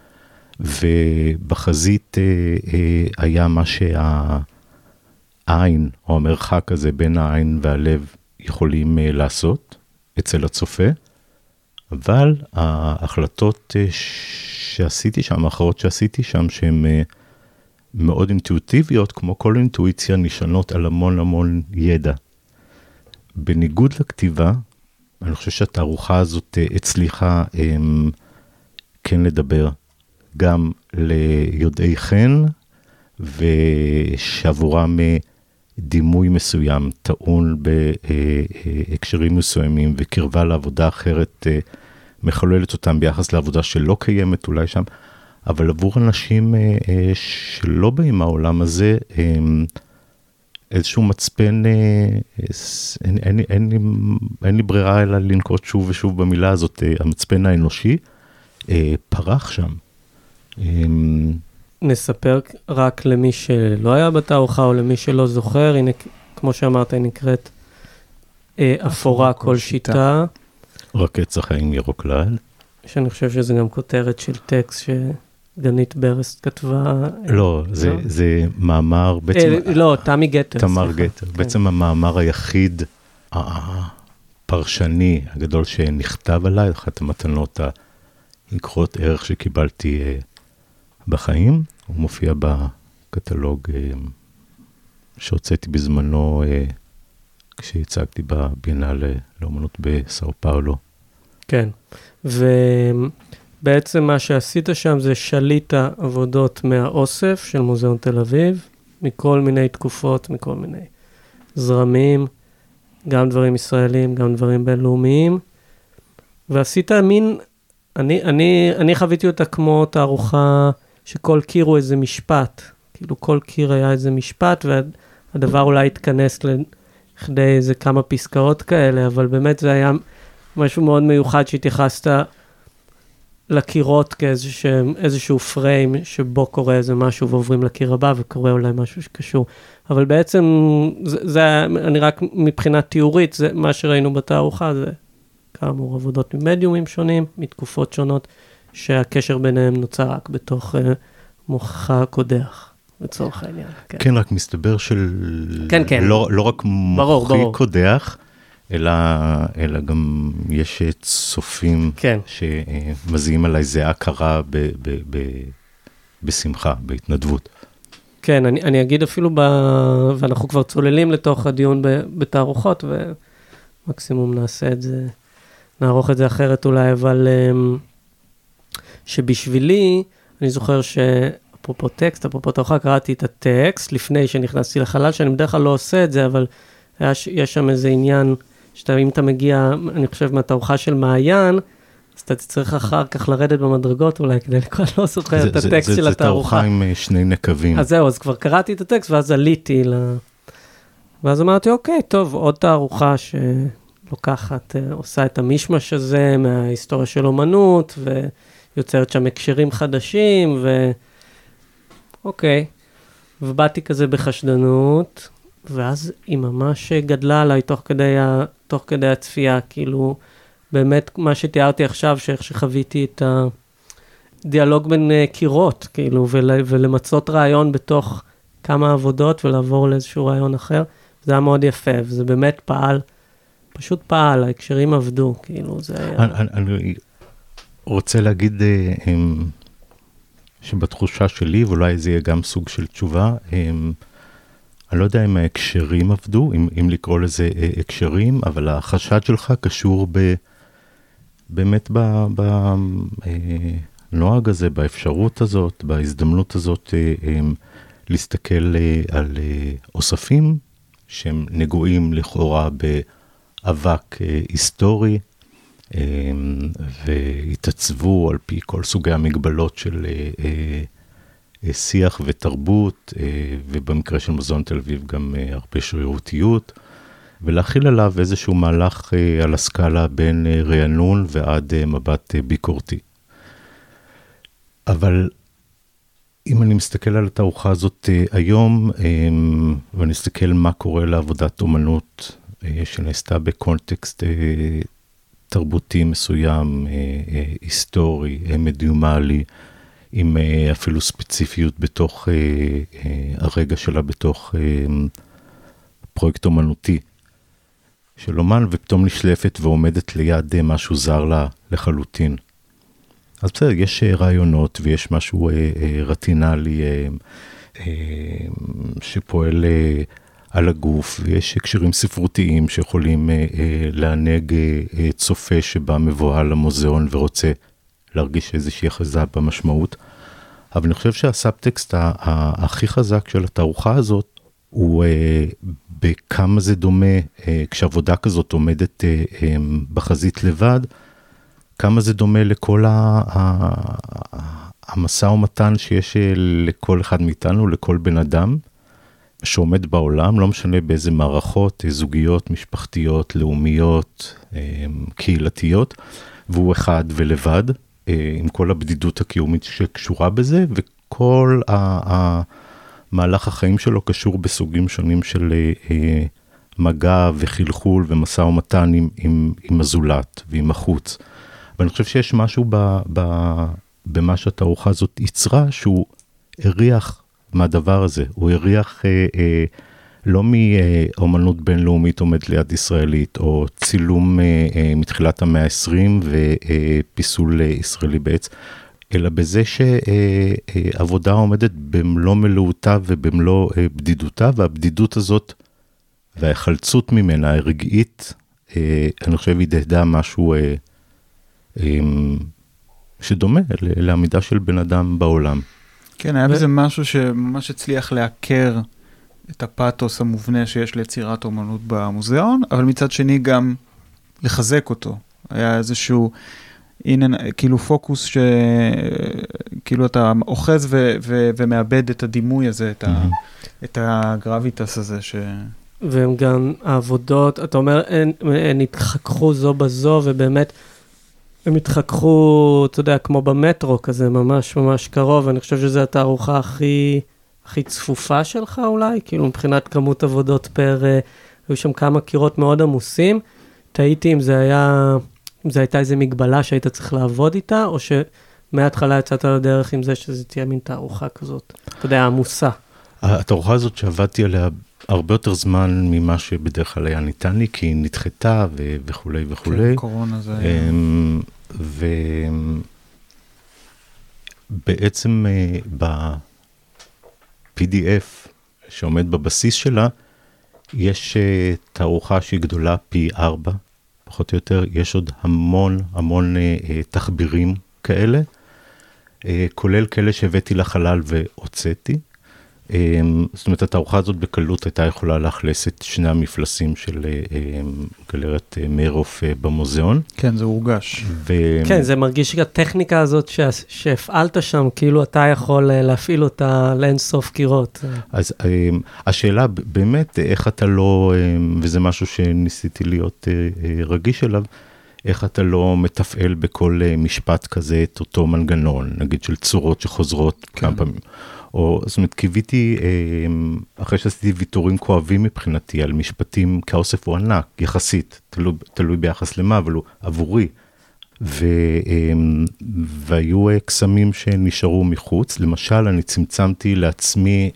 ובחזית אה, אה, היה מה שהעין, או המרחק הזה בין העין והלב, יכולים אה, לעשות אצל הצופה, אבל ההחלטות אה, שעשיתי שם, האחרות שעשיתי שם, שהן אה, מאוד אינטואיטיביות, כמו כל אינטואיציה, נשענות על המון המון ידע. בניגוד לכתיבה, אני חושב שהתערוכה הזאת הצליחה הם, כן לדבר גם ליודעי חן, ושעבורם דימוי מסוים, טעון בהקשרים מסוימים, וקרבה לעבודה אחרת מחוללת אותם ביחס לעבודה שלא קיימת אולי שם, אבל עבור אנשים שלא באים מהעולם הזה, הם, איזשהו מצפן, אין, אין, אין, לי, אין לי ברירה אלא לנקוט שוב ושוב במילה הזאת, המצפן האנושי, פרח שם. נספר רק למי שלא היה בתערוכה, או למי שלא זוכר, הנה, כמו שאמרת, היא נקראת אפורה כל שיטה. רק עץ החיים ירוק לעד. שאני חושב שזה גם כותרת של טקסט שגנית ברסט כתבה. לא, זה, לא? זה מאמר, בעצם... אה, לא, תמי גטר. תמר גטר, כן. בעצם המאמר היחיד הפרשני הגדול שנכתב עליי, אחת המתנות היקרות ערך שקיבלתי בחיים, הוא מופיע בקטלוג שהוצאתי בזמנו כשהצגתי בביאנלה לאומנות בסאו פאולו. כן, ובעצם מה שעשית שם זה שליט העבודות מהאוסף של מוזיאון תל אביב, מכל מיני תקופות, מכל מיני זרמים, גם דברים ישראלים, גם דברים בינלאומיים, ועשית מין, אני, אני, אני חוויתי אותה כמו תערוכה שכל קיר הוא איזה משפט, כאילו כל קיר היה איזה משפט, והדבר אולי התכנס לכדי איזה כמה פסקאות כאלה, אבל באמת זה היה משהו מאוד מיוחד שהתייחסת לקירות כאיזשהו פריים שבו קורה איזה משהו ועוברים לקיר הבא וקורה אולי משהו שקשור. אבל בעצם זה, זה אני רק מבחינת תיאורית, זה מה שראינו בתערוכה, זה כאמור עבודות ממדיומים שונים, מתקופות שונות, שהקשר ביניהם נוצר רק בתוך uh, מוכחה קודח, לצורך העניין. כן, כן רק מסתבר של... כן, כן. לא, לא רק מוכחי ברור, קודח, אלא, אלא גם יש צופים כן. שמזיעים עליי זה הכרה ב, ב, ב, בשמחה, בהתנדבות. כן, אני, אני אגיד אפילו, ב, ואנחנו כבר צוללים לתוך הדיון בתערוכות, ומקסימום נעשה את זה, נערוך את זה אחרת אולי, אבל שבשבילי, אני זוכר שאפרופו טקסט, אפרופו תערוכה, קראתי את הטקסט לפני שנכנסתי לחלל, שאני בדרך כלל לא עושה את זה, אבל יש, יש שם איזה עניין, שאתה, אם אתה מגיע, אני חושב, מהתערוכה של מעיין, אז אתה צריך אחר כך לרדת במדרגות אולי, כדי לקרוא, לא זוכר זה, את הטקסט זה, של זה, התערוכה. זה תערוכה עם שני נקבים. אז זהו, אז כבר קראתי את הטקסט, ואז עליתי ל... ואז אמרתי, אוקיי, טוב, עוד תערוכה שלוקחת, עושה את המשמש הזה מההיסטוריה של אומנות, ויוצרת שם הקשרים חדשים, ו... אוקיי. ובאתי כזה בחשדנות, ואז היא ממש גדלה עליי תוך כדי, ה... תוך כדי הצפייה, כאילו, באמת מה שתיארתי עכשיו, שאיך שחוויתי את הדיאלוג בין קירות, כאילו, ול... ולמצות רעיון בתוך כמה עבודות, ולעבור לאיזשהו רעיון אחר, זה היה מאוד יפה, וזה באמת פעל, פשוט פעל, ההקשרים עבדו, כאילו, זה היה... אני, אני רוצה להגיד הם, שבתחושה שלי, ואולי זה יהיה גם סוג של תשובה, הם, אני לא יודע אם ההקשרים עבדו, אם, אם לקרוא לזה הקשרים, אבל החשד שלך קשור ב, באמת בנוהג הזה, באפשרות הזאת, בהזדמנות הזאת, הם, להסתכל על אוספים, שהם נגועים לכאורה באבק היסטורי, והתעצבו על פי כל סוגי המגבלות של שיח ותרבות, ובמקרה של מוזיאון תל אביב גם הרבה שרירותיות, ולהכיל עליו איזשהו מהלך על הסקאלה בין רענון ועד מבט ביקורתי. אבל אם אני מסתכל על התערוכה הזאת היום, ואני מסתכל מה קורה לעבודת אומנות שנעשתה בקונטקסט תרבותי מסוים, היסטורי, מדיומלי, עם אפילו ספציפיות בתוך הרגע שלה, בתוך פרויקט אומנותי של אומן, ופתאום נשלפת ועומדת ליד משהו זר לה לחלוטין. אז בסדר, יש רעיונות ויש משהו רטינלי שפועל על הגוף, ויש הקשרים ספרותיים שיכולים לענג צופה שבא מבוהל למוזיאון ורוצה להרגיש איזושהי אחיזה במשמעות. אבל אני חושב שהסאבטקסט הכי חזק של התערוכה הזאת, הוא בכמה זה דומה, כשעבודה כזאת עומדת בחזית לבד, כמה זה דומה לכל המסע ומתן שיש לכל אחד מאיתנו, לכל בן אדם, שעומד בעולם, לא משנה באיזה מערכות, זוגיות, משפחתיות, לאומיות, קהילתיות, והוא אחד ולבד, עם כל הבדידות הקיומית שקשורה בזה, וכל המהלך החיים שלו קשור בסוגים שונים של מגע וחלחול ומסע ומתן עם, עם, עם הזולת ועם החוץ. ואני חושב שיש משהו ב, ב, במה שהתערוכה הזאת יצרה, שהוא הריח מהדבר הזה, הוא הריח אה, אה, לא מאומנות בינלאומית עומד ליד ישראלית, או צילום אה, אה, מתחילת המאה ה-עשרים ופיסול אה, ישראלי בעץ, אלא בזה שעבודה עומדת במלוא מלאותה ובמלוא אה, בדידותה, והבדידות הזאת וההחלצות ממנה, הרגעית, אה, אני חושב היא דהדה משהו אה, אה, שדומה לעמידה של בן אדם בעולם. כן, היה בזה משהו שממש הצליח להכר את הפאתוס המובנה שיש ליצירת אומנות במוזיאון, אבל מצד שני גם לחזק אותו. היה איזשהו, הנה, כאילו פוקוס שכאילו אתה אוחז ו- ו- ומאבד את הדימוי הזה, את, ה- את הגרביטס הזה ש... והם גם העבודות, אתה אומר, הן, הן התחככו זו בזו, ובאמת הם התחככו, אתה יודע, כמו במטרו כזה, ממש ממש קרוב, ואני חושב שזו התערוכה הכי, הכי צפופה שלך אולי, כאילו מבחינת כמות עבודות פר, היו שם כמה קירות מאוד עמוסים, תהיתי אם זה היה, אם זה הייתה איזו מגבלה שהיית צריך לעבוד איתה, או שמההתחלה יצאת לדרך עם זה שזה תהיה מין תערוכה כזאת, אתה יודע, עמוסה. התערוכה הזאת שעבדתי עליה הרבה יותר זמן ממה שבדרך כלל היה ניתן לי, כי היא נדחתה ו- וכולי וכולי. כן, קורונה זה היה. ובעצם ב-פי די אף שעומד בבסיס שלה, יש תערוכה שהיא גדולה פי ארבע, פחות או יותר, יש עוד המון המון תחבירים כאלה, כולל כאלה שהבאתי לחלל והוצאתי. זאת אומרת, התערוכה הזאת בקלות הייתה יכולה לאכלס את שני המפלסים של גלריית מיירוף במוזיאון. כן, זה הורגש. ו... כן, זה מרגיש שהטכניקה הזאת ש... שהפעלת שם, כאילו אתה יכול להפעיל אותה לאינסוף קירות. אז השאלה באמת, איך אתה לא, וזה משהו שניסיתי להיות רגיש אליו, איך אתה לא מתפעל בכל משפט כזה את אותו מנגנון, נגיד של צורות שחוזרות כן. כמה פעמים. או, זאת אומרת, קיוויתי, אחרי שעשיתי ויתורים כואבים מבחינתי, על משפטים, כי האוסף הוא ענק, יחסית, תלוי, תלוי ביחס למה, אבל הוא עבורי. ו, והיו קסמים שנשארו מחוץ. למשל, אני צמצמתי לעצמי,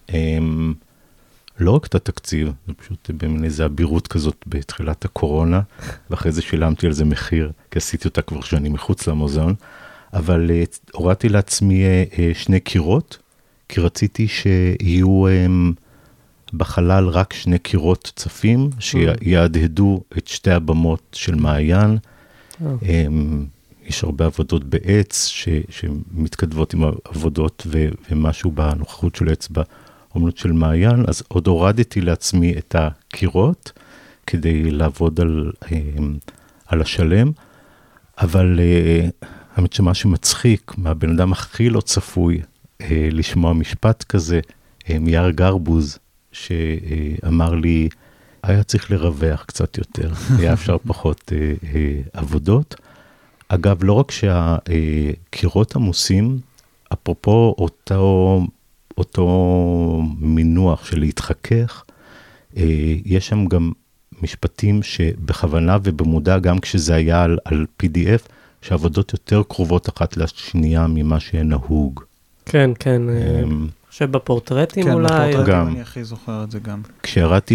לא רק את התקציב, זה פשוט במין איזו אבירות כזאת בתחילת הקורונה, ואחרי זה שילמתי על זה מחיר, כי עשיתי אותה כבר שאני מחוץ למוזיאון, אבל הורדתי לעצמי שני קירות, כי רציתי שיהיו um, בחלל רק שני קירות צפים, שיעדהדו את שתי הבמות של מעיין. Oh. Um, יש הרבה עבודות בעץ, ש, שמתכתבות עם העבודות, ו, ומשהו בנוכחות של עץ באומנות של מעיין, אז עוד הורדתי לעצמי את הקירות, כדי לעבוד על, um, על השלם, אבל uh, האמת שמה שמצחיק, מהבן אדם הכי לא צפוי, לשמוע משפט כזה, מייר גרבוז, שאמר לי, היה צריך לרווח קצת יותר, היה אפשר פחות עבודות. אגב, לא רק שהקירות עמוסים, אפרופו אותו, אותו מינוח של להתחכך, יש שם גם משפטים שבכוונה ובמודע, גם כשזה היה על, על פי די אף, שעבודות יותר קרובות אחת לשנייה ממה שנהוג. כן, כן, חושב בפורטרטים אולי. כן, בפורטרטים אני הכי זוכר את זה גם. כשירדתי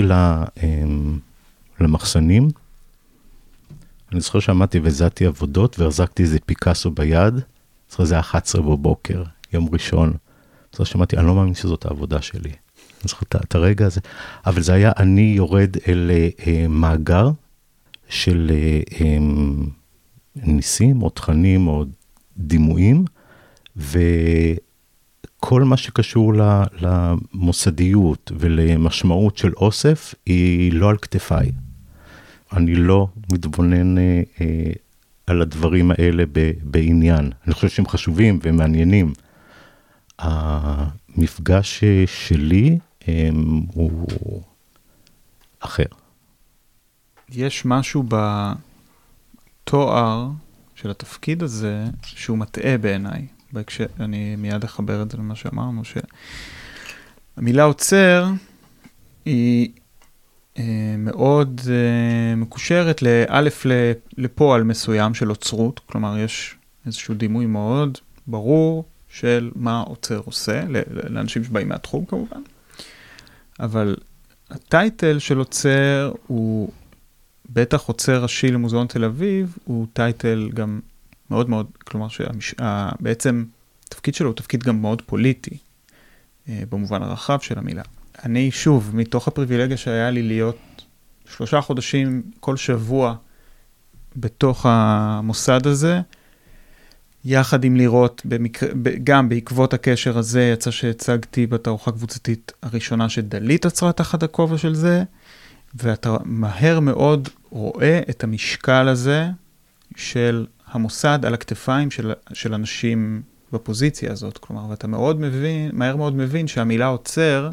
למחסנים, אני זוכר שעמדתי והזעתי עבודות, והחזקתי איזה פיקאסו ביד, זוכר זה אחת עשרה בבוקר, יום ראשון, זוכר שמעתי, אני לא מאמין שזאת העבודה שלי. אני זוכר את הרגע הזה, אבל זה היה, אני יורד אל מאגר של ניסים, או תכנים, או דימויים, ו... כל מה שקשור למוסדיות ולמשמעות של אוסף, היא לא על כתפיי. אני לא מתבונן אה, אה, על הדברים האלה ב, בעניין. אני חושב שהם חשובים ומעניינים. המפגש שלי אה, הוא אחר. יש משהו בתואר של התפקיד הזה, שהוא מטעה בעיניי. אני מיד אחבר את זה למה שאמרנו, שהמילה עוצר היא מאוד מקושרת לאלף לפועל מסוים של אוצרות, כלומר יש איזשהו דימוי מאוד ברור של מה עוצר עושה, לאנשים שבאים מהתחום כמובן, אבל הטייטל של עוצר הוא, בטח עוצר ראשי למוזיאון תל אביב, הוא טייטל גם מאוד מאוד, כלומר שבעצם התפקיד שלו הוא תפקיד גם מאוד פוליטי, במובן הרחב של המילה. אני שוב, מתוך הפריבילגיה שהיה לי להיות שלושה חודשים כל שבוע בתוך המוסד הזה, יחד עם לראות, במקרה, גם בעקבות הקשר הזה, יצא שהצגתי בתערוכה קבוצתית הראשונה שדלית עצרה תחת הכובע של זה, ואתה מהר מאוד רואה את המשקל הזה של המוסד על הכתפיים של, של אנשים בפוזיציה הזאת. כלומר, ואתה מאוד מבין, מהר מאוד מבין שהמילה עוצר,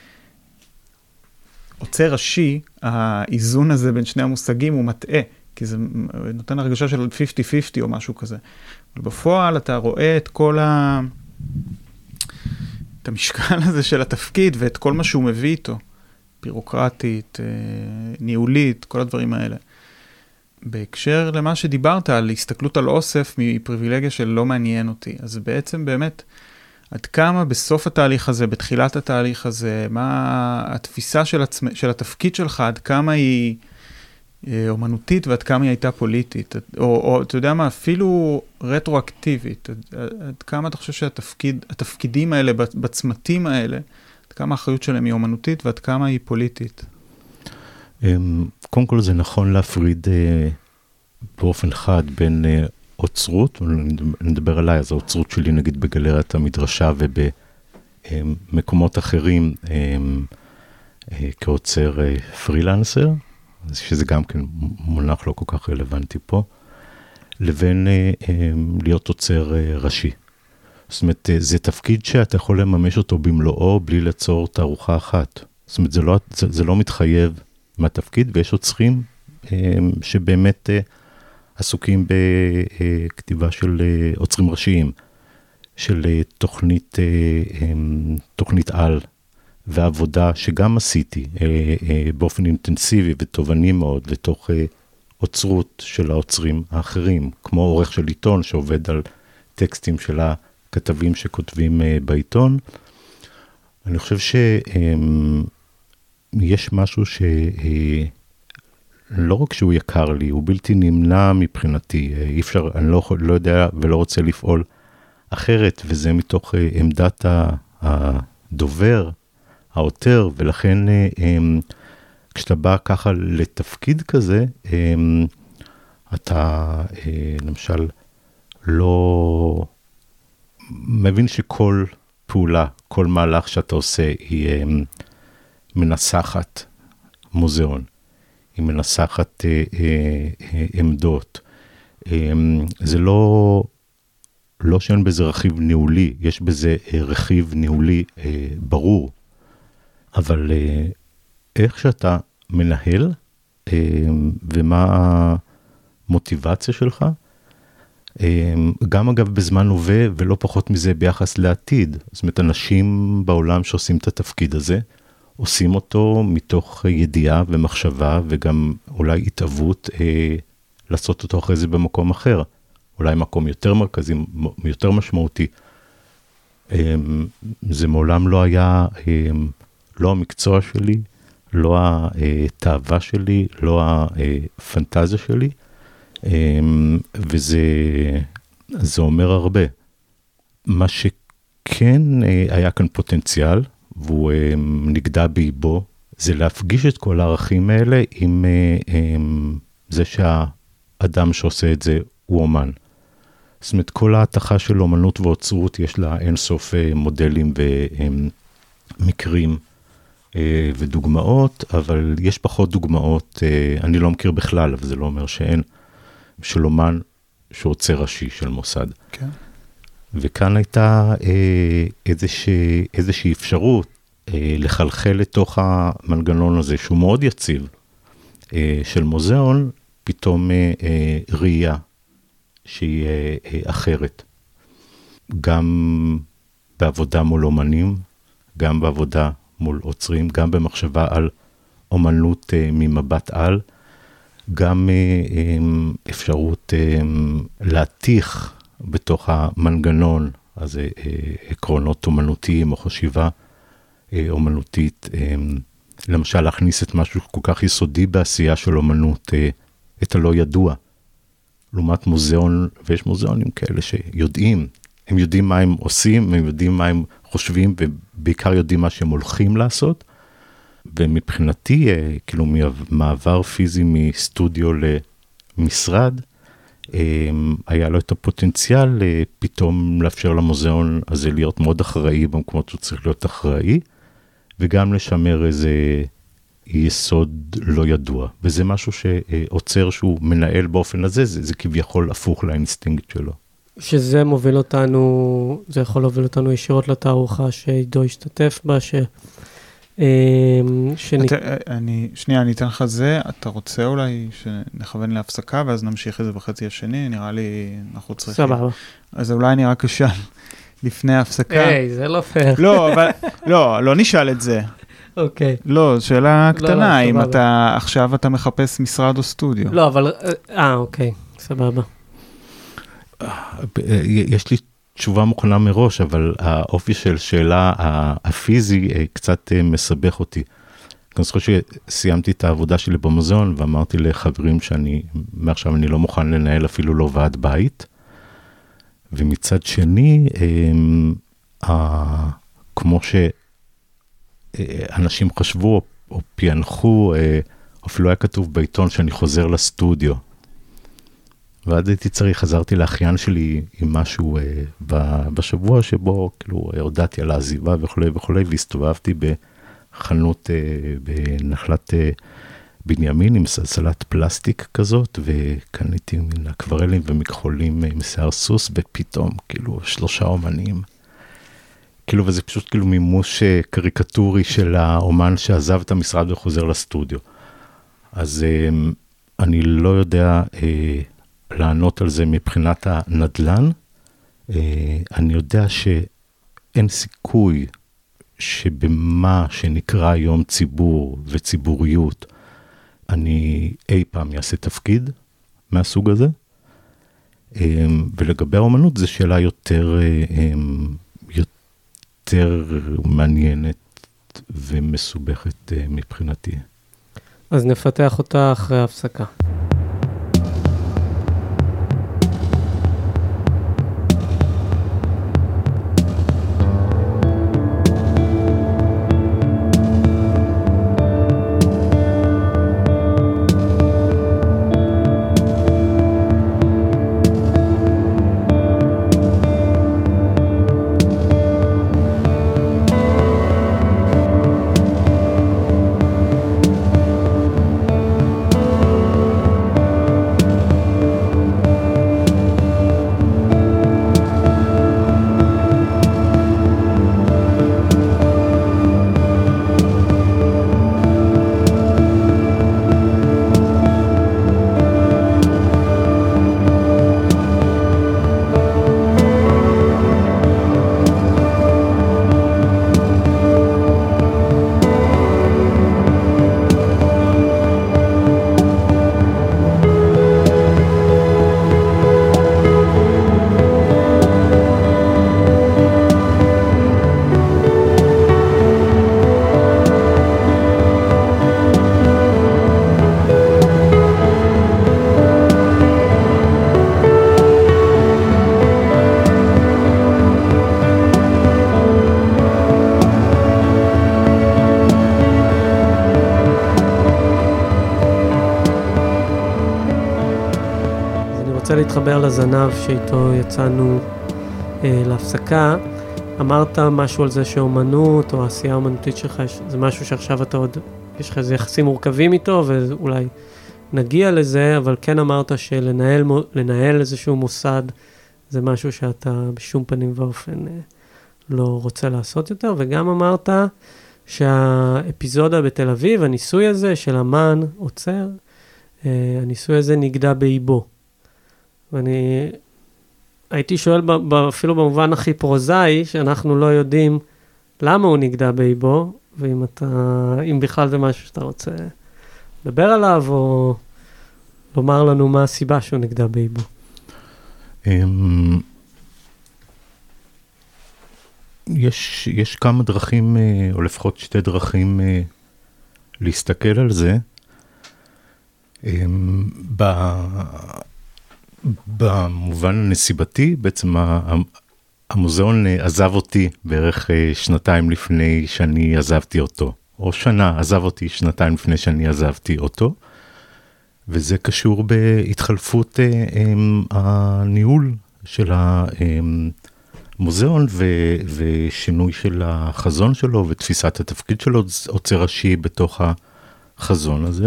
עוצר ראשי, האיזון הזה בין שני המושגים הוא מטעה, כי זה נותן הרגשה של חמישים חמישים או משהו כזה. אבל בפועל אתה רואה את כל ה... את המשקל הזה של התפקיד ואת כל מה שהוא מביא איתו, בירוקרטית, ניהולית, כל הדברים האלה. בהקשר למה שדיברת על הסתכלות על אוסף מפריבילגיה של לא מעניין אותי, אז בעצם באמת, עד כמה בסוף התהליך הזה, בתחילת התהליך הזה, מה התפיסה של, עצמ... של התפקיד שלך, עד כמה היא אומנותית ועד כמה היא הייתה פוליטית, או, או אתה יודע מה, אפילו רטרואקטיבית, עד, עד כמה אתה חושב שהתפקיד, התפקידים האלה, בצמתים האלה, עד כמה האחריות שלהם היא אומנותית ועד כמה היא פוליטית? קודם כל זה נכון להפריד באופן חד בין אוצרות, אני מדבר עליי, אז האוצרות שלי נגיד בגלריית המדרשה ובמקומות אחרים כעוצר פרילנסר, שזה גם כן מונח לא כל כך רלוונטי פה, לבין להיות עוצר ראשי. זאת אומרת, זה תפקיד שאתה יכול לממש אותו במלואו בלי ליצור תערוכה אחת. זאת אומרת, זה לא, זה, זה לא מתחייב מהתפקיד, ויש עוצרים שבאמת עסוקים בכתיבה של עוצרים ראשיים, של תוכנית, תוכנית על, ועבודה שגם עשיתי באופן אינטנסיבי ותובעני מאוד לתוך אוצרות של העוצרים האחרים, כמו עורך של עיתון שעובד על טקסטים של הכתבים שכותבים בעיתון. אני חושב שיש משהו שלא רק שהוא יקר לי, הוא בלתי נמנע מבחינתי, אי אפשר, אני לא, לא יודע ולא רוצה לפעול אחרת, וזה מתוך עמדת הדובר, העותר, ולכן כשאתה בא ככה לתפקיד כזה, אתה למשל לא מבין שכל פעולה, כל מהלך שאתה עושה היא מנסחת מוזיאון, היא מנסחת עמדות. זה לא, לא שאין בזה רכיב ניהולי, יש בזה רכיב ניהולי ברור, אבל איך שאתה מנהל ומה המוטיבציה שלך, גם אגב בזמן הווה ולא פחות מזה ביחס לעתיד. זאת אומרת, אנשים בעולם שעושים את התפקיד הזה, עושים אותו מתוך ידיעה ומחשבה וגם אולי התאבות אה, לעשות אותו אחרי זה במקום אחר. אולי מקום יותר מרכזי, יותר משמעותי. אה, זה מעולם לא היה, אה, לא המקצוע שלי, לא התאווה שלי, לא הפנטזיה שלי, וזה זה אומר הרבה. מה שכן היה כאן פוטנציאל, והוא נגדע באיבו, זה להפגיש את כל הערכים האלה עם זה שהאדם שעושה את זה הוא אומן. זאת אומרת, כל ההתחה של אומנות ואוצרות יש לה אינסוף מודלים ומקרים ודוגמאות, אבל יש פחות דוגמאות, אני לא מכיר בכלל, אבל זה לא אומר שאין, של אומן שעוצר ראשי של מוסד. כן. וכאן הייתה איזושהי, איזושהי אפשרות לחלחל לתוך המנגנון הזה, שהוא מאוד יציב, של מוזיאון, פתאום ראייה שהיא אחרת. גם בעבודה מול אומנים, גם בעבודה מול עוצרים, גם במחשבה על אומנות ממבט על, גם אפשרות להתיך בתוך המנגנון, אז עקרונות אומנותיים או חשיבה אומנותית, למשל להכניס את משהו כל כך יסודי בעשייה של אומנות, את הלא ידוע, לעומת מוזיאון, ויש מוזיאונים כאלה שיודעים, הם יודעים מה הם עושים, הם יודעים מה הם חושבים, ובעיקר יודעים מה שהם הולכים לעשות, ומבחינתי, כאילו מעבר פיזי מסטודיו למשרד, היה לו את הפוטנציאל פתאום לאפשר למוזיאון הזה להיות מאוד אחראי, במקומות שהוא צריך להיות אחראי, וגם לשמר איזה יסוד לא ידוע, וזה משהו שעוצר שהוא מנהל באופן הזה, זה, זה כביכול הפוך לאינסטינקט שלו. שזה מוביל אותנו, זה יכול להוביל אותנו ישירות לתערוכה שעידו השתתף בה, ש... שני... אתה, אני, שנייה, אני אתן לך זה, אתה רוצה אולי שנכוון להפסקה, ואז נמשיך את זה בחצי השני, נראה לי אנחנו צריכים. סבבה. אז אולי אני רק אשאל לפני ההפסקה. היי, זה לא פייר. לא, אבל, לא, לא נשאל את זה. אוקיי. לא, שאלה קטנה, אם אתה, עכשיו אתה מחפש משרד או סטודיו. לא, אבל, אה, אוקיי, סבבה. יש לי תשובה מוכנה מראש, אבל האופי של שאלה הפיזי קצת מסבך אותי. אני חושב שסיימתי את העבודה שלי במוזיאון, ואמרתי לחברים שאני, מעכשיו אני לא מוכן לנהל אפילו לא ועד בית, ומצד שני, כמו שאנשים חשבו או פיינחו, אפילו היה כתוב בעיתון שאני חוזר לסטודיו, ואז הייתי צריך, חזרתי לאחיין שלי עם משהו אה, בשבוע שבו, כאילו, הודעתי על העזיבה וכו' וכו', והסתובבתי בחנות אה, בנחלת אה, בנימין עם סלסלת פלסטיק כזאת, וקניתי מן אקוורלים ומכחולים עם שיער סוס, ופתאום, כאילו, שלושה אומנים. כאילו, וזה פשוט כאילו מימוש קריקטורי של האומן שעזב את המשרד וחוזר לסטודיו. אז אה, אני לא יודע... אה, לענות על זה מבחינת הנדלן. אני יודע שאין סיכוי שבמה שנקרא היום ציבור וציבוריות, אני אי פעם יעשה תפקיד מהסוג הזה. ולגבי האומנות, זו שאלה יותר, יותר מעניינת ומסובכת מבחינתי. אז נפתח אותה אחרי ההפסקה. רוצה להתחבר לזנב שאיתו יצאנו אה, להפסקה. אמרת משהו על זה שאומנות או העשייה האומנותית שלך, זה משהו שעכשיו אתה עוד, יש לך איזה יחסים מורכבים איתו, ואולי נגיע לזה, אבל כן אמרת שלנהל לנהל איזשהו מוסד, זה משהו שאתה בשום פנים ואופן אה, לא רוצה לעשות יותר, וגם אמרת שהאפיזודה בתל אביב, הניסוי הזה של אמן עוצר, אה, הניסוי הזה נגדע באיבו. ואני הייתי שואל ב, ב, אפילו במובן הכי פרוזאי, שאנחנו לא יודעים למה הוא נגדע באיבו, ואם אתה, אם בכלל זה משהו שאתה רוצה לדבר עליו, או לומר לנו מה הסיבה שהוא נגדע באיבו. יש, יש כמה דרכים, או לפחות שתי דרכים להסתכל על זה. במובן הנסיבתי, בעצם המוזיאון עזב אותי בערך שנתיים לפני שאני עזבתי אותו, או שנה עזב אותי שנתיים לפני שאני עזבתי אותו, וזה קשור בהתחלפות הניהול של המוזיאון ושינוי של החזון שלו ותפיסת התפקיד שלו, עוצר ראשי בתוך החזון הזה.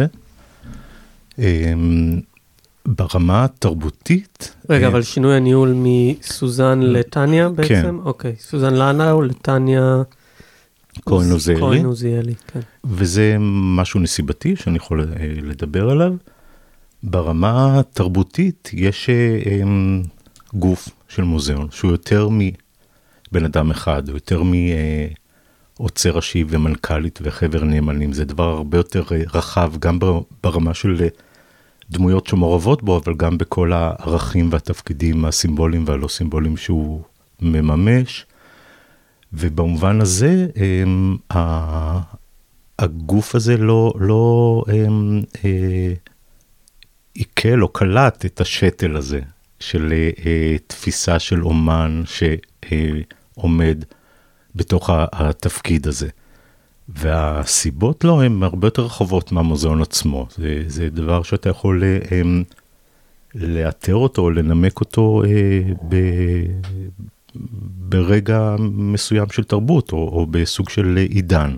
ברמה התרבותית... רגע, אבל שינוי הניהול מסוזן לטניה בעצם? כן. אוקיי, סוזן לנאו לטניה... כהן עוזיאלי. כהן עוזיאלי, כן. וזה משהו נסיבתי שאני יכול לדבר עליו. ברמה התרבותית יש גוף של מוזיאון, שהוא יותר מבן אדם אחד, או יותר מעוצר ראשי ומנכ"לית וחבר נאמנים. זה דבר הרבה יותר רחב, גם ברמה של... דמויות שמעורבות בו, אבל גם בכל הערכים והתפקידים הסימבוליים והלא סימבוליים שהוא מממש. ובמובן הזה, הגוף הזה לא, לא עיקל או קלט את השתל הזה, של תפיסה של אומן שעומד בתוך התפקיד הזה. והסיבות לו הן הרבה יותר רחובות מהמוזיאון עצמו. זה, זה דבר שאתה יכול הם, לאתר אותו, או לנמק אותו אה, ב, ברגע מסוים של תרבות, או, או בסוג של עידן.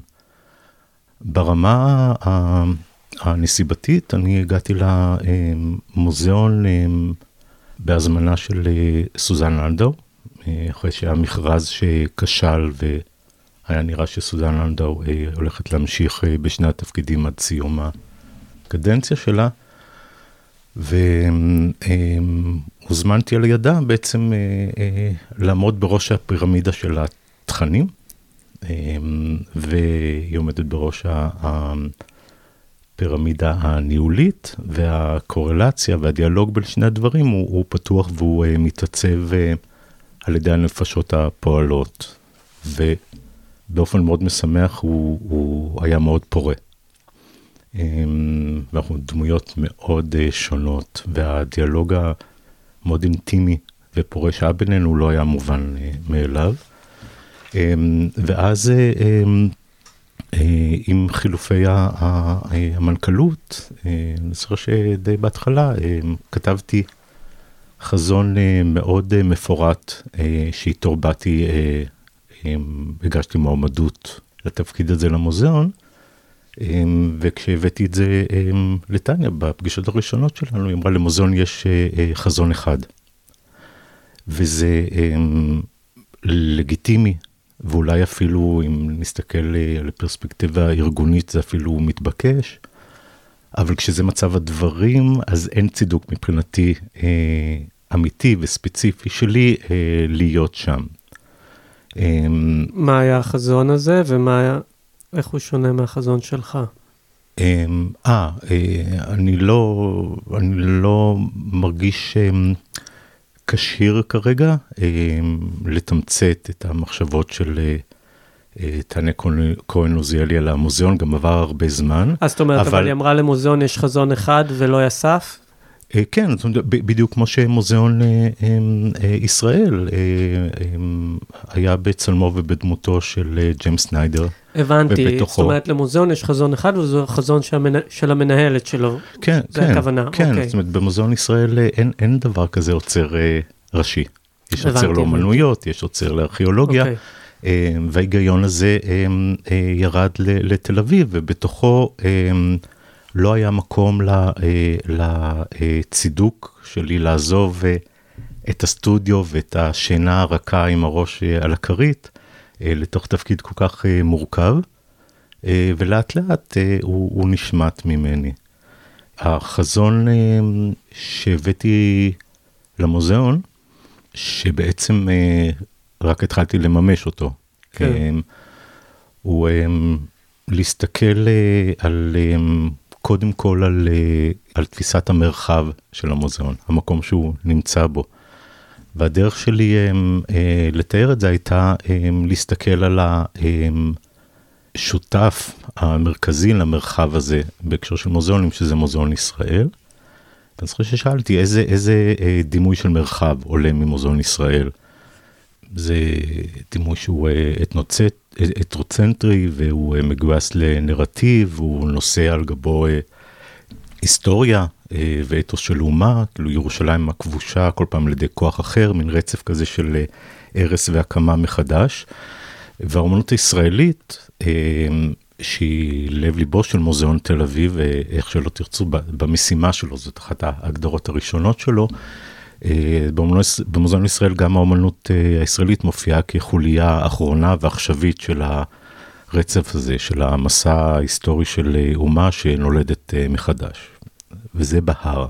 ברמה הנסיבתית, אני הגעתי למוזיאון בהזמנה של סוזן לנדאו, אחרי שהמכרז שכשל ו... היה נראה שסוזן לנדאו אה, הולכת להמשיך אה, בשני התפקידים עד סיום הקדנציה שלה, והוזמנתי על ידה בעצם אה, אה, לעמוד בראש הפירמידה של התכנים, אה, והיא עומדת בראש הפירמידה הניהולית, והקורלציה והדיאלוג בין שני הדברים הוא, הוא פתוח והוא אה, מתעצב אה, על ידי הנפשות הפועלות, ו... באופן מאוד משמח, הוא, הוא היה מאוד פורה. ואנחנו דמויות מאוד שונות, והדיאלוג המאוד אינטימי ופורה שהיה בינינו לא היה מובן מאליו. ואז עם חילופי המנכ"לות, אני זוכר שדי בהתחלה כתבתי חזון מאוד מפורט, שאיתו באתי הגשתי מועמדות לתפקיד הזה למוזיאון, וכשהבאתי את זה לטניה, בפגישות הראשונות שלנו, היא אמרה, למוזיאון יש חזון אחד. וזה לגיטימי, ואולי אפילו, אם נסתכל על הפרספקטיבה הארגונית, זה אפילו מתבקש, אבל כשזה מצב הדברים, אז אין צידוק מבחינתי אמיתי וספציפי שלי להיות שם. מה היה החזון הזה, ומה היה, איך הוא שונה מהחזון שלך? אה, אני לא, אני לא מרגיש קשיר כרגע לתמצת את המחשבות של טניה כהן עוזיאלי על המוזיאון, גם עבר הרבה זמן. אז זאת אומרת, אבל היא אמרה למוזיאון יש חזון אחד ולא יסף? כן, בדיוק כמו שמוזיאון ישראל היה בצלמו ובדמותו של ג'יימס ניידר. הבנתי, זאת אומרת למוזיאון יש חזון אחד, וזה חזון של המנהלת שלו. כן, זה הכוונה. כן, זאת אומרת במוזיאון ישראל אין דבר כזה עוצר ראשי. יש עוצר לאומנויות, יש עוצר לארכיאולוגיה, וההיגיון הזה ירד לתל אביב, ובתוכו... לא היה מקום לצידוק שלי לעזוב את הסטודיו ואת השינה הרכה עם הראש על הכרית, לתוך תפקיד כל כך מורכב, ולאט לאט הוא, הוא נשמט ממני. החזון שהבאתי למוזיאון, שבעצם רק התחלתי לממש אותו, כן. הוא להסתכל על, קודם כל על, על תפיסת המרחב של המוזיאון, המקום שהוא נמצא בו. והדרך שלי לתאר את זה הייתה להסתכל על השותף המרכזי למרחב הזה, בהקשר של מוזיאונים, שזה מוזיאון ישראל. אז אחרי ששאלתי, איזה, איזה דימוי של מרחב עולה ממוזיאון ישראל? זה דימוי שהוא אתרוצנטרי, והוא מגויס לנרטיב, הוא נושא על גבו היסטוריה ואתוס של אומה, כאילו ירושלים הכבושה כל פעם לידי כוח אחר, מין רצף כזה של הרס והקמה מחדש. והאומנות הישראלית, שהיא לב ליבו של מוזיאון תל אביב, איך שלא תרצו במשימה שלו, זאת אחת ההגדרות הראשונות שלו, במוזיאון ישראל גם האומנות הישראלית מופיעה כחוליה אחרונה ועכשווית של הרצף הזה, של המסע ההיסטורי של אומה שנולדת מחדש. וזה בהר.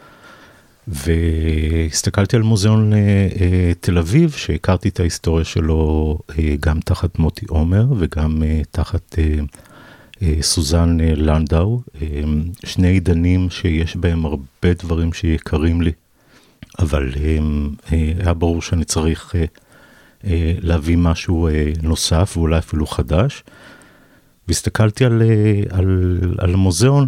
והסתכלתי על מוזיאון תל אביב, שהכרתי את ההיסטוריה שלו גם תחת מוטי עומר וגם תחת סוזן לנדאו, שני עידנים שיש בהם הרבה דברים שיקרים לי, אבל היה ברור שאני צריך להביא משהו נוסף ואולי אפילו חדש. והסתכלתי על, על, על המוזיאון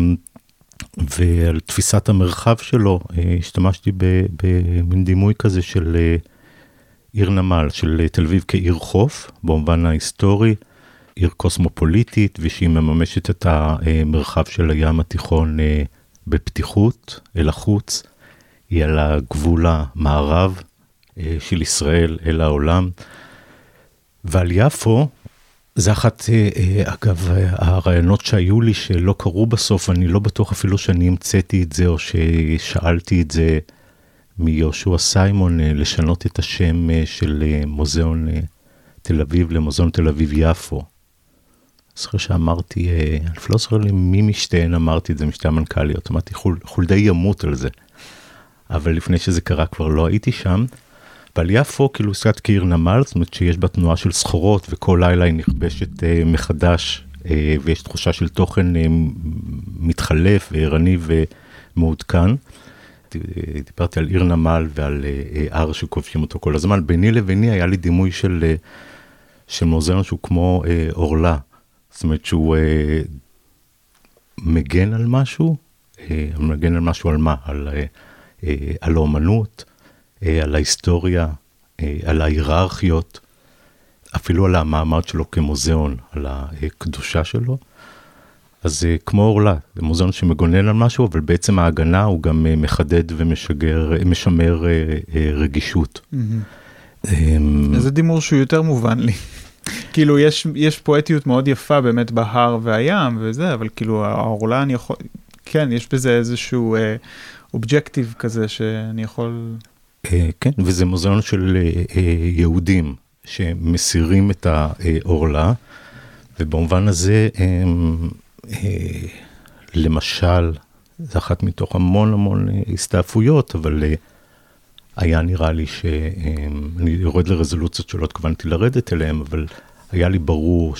ועל תפיסת המרחב שלו. השתמשתי במין דימוי כזה של עיר נמל, של תל אביב כעיר חוף, במובן ההיסטורי, עיר קוסמופוליטית, ושהיא מממשת את המרחב של הים התיכון בפתיחות אל החוץ. היא על הגבול המערב של ישראל אל העולם. ועל יפו, זה אחת, אגב, הרעיונות שהיו לי שלא קרו בסוף, אני לא בטוח אפילו שאני המצאתי את זה, או ששאלתי את זה מיהושע סיימון, לשנות את השם של מוזיאון תל אביב למוזיאון תל אביב יפו. אז אחרי שאמרתי, אני לא זוכר לי מי משתיהן אמרתי את זה, משתי המנכ"ליות, אמרתי, חול, חולדי ימות על זה. אבל לפני שזה קרה כבר לא הייתי שם, ועל יפו כאילו קצת כעיר נמל, זאת אומרת שיש בה תנועה של סחורות, וכל לילה היא נכבשת אה, מחדש, אה, ויש תחושה של תוכן אה, מתחלף וערני ומעודכן. דיברתי על עיר נמל ועל אה, הר שכובשים אותו כל הזמן. ביני לביני היה לי דימוי של, אה, של מוזיאון שהוא כמו אה, אורלה, זאת אומרת שהוא אה, מגן על משהו, אה, מגן על משהו על מה? על... אה, על האומנות, על ההיסטוריה, על ההיררכיות, אפילו על המעמד שלו כמוזיאון, על הקדושה שלו. אז זה כמו אורלה, זה מוזיאון שמגונן על משהו, אבל בעצם ההגנה הוא גם מחדד ומשגר, משמר רגישות. זה דימור שהוא יותר מובן לי. כאילו יש, יש פואטיות מאוד יפה באמת בהר והים וזה, אבל כאילו האורלה אני יכול, כן, יש בזה איזשהו אובג'קטיב כזה שאני יכול... כן, וזה מוזיאון של יהודים שמסירים את האורלה, ובמובן הזה, למשל, זה אחת מתוך המון המון הסתעפויות, אבל היה נראה לי שאני יורד לרזולוציות שלא התכוונתי לרדת אליהם, אבל היה לי ברור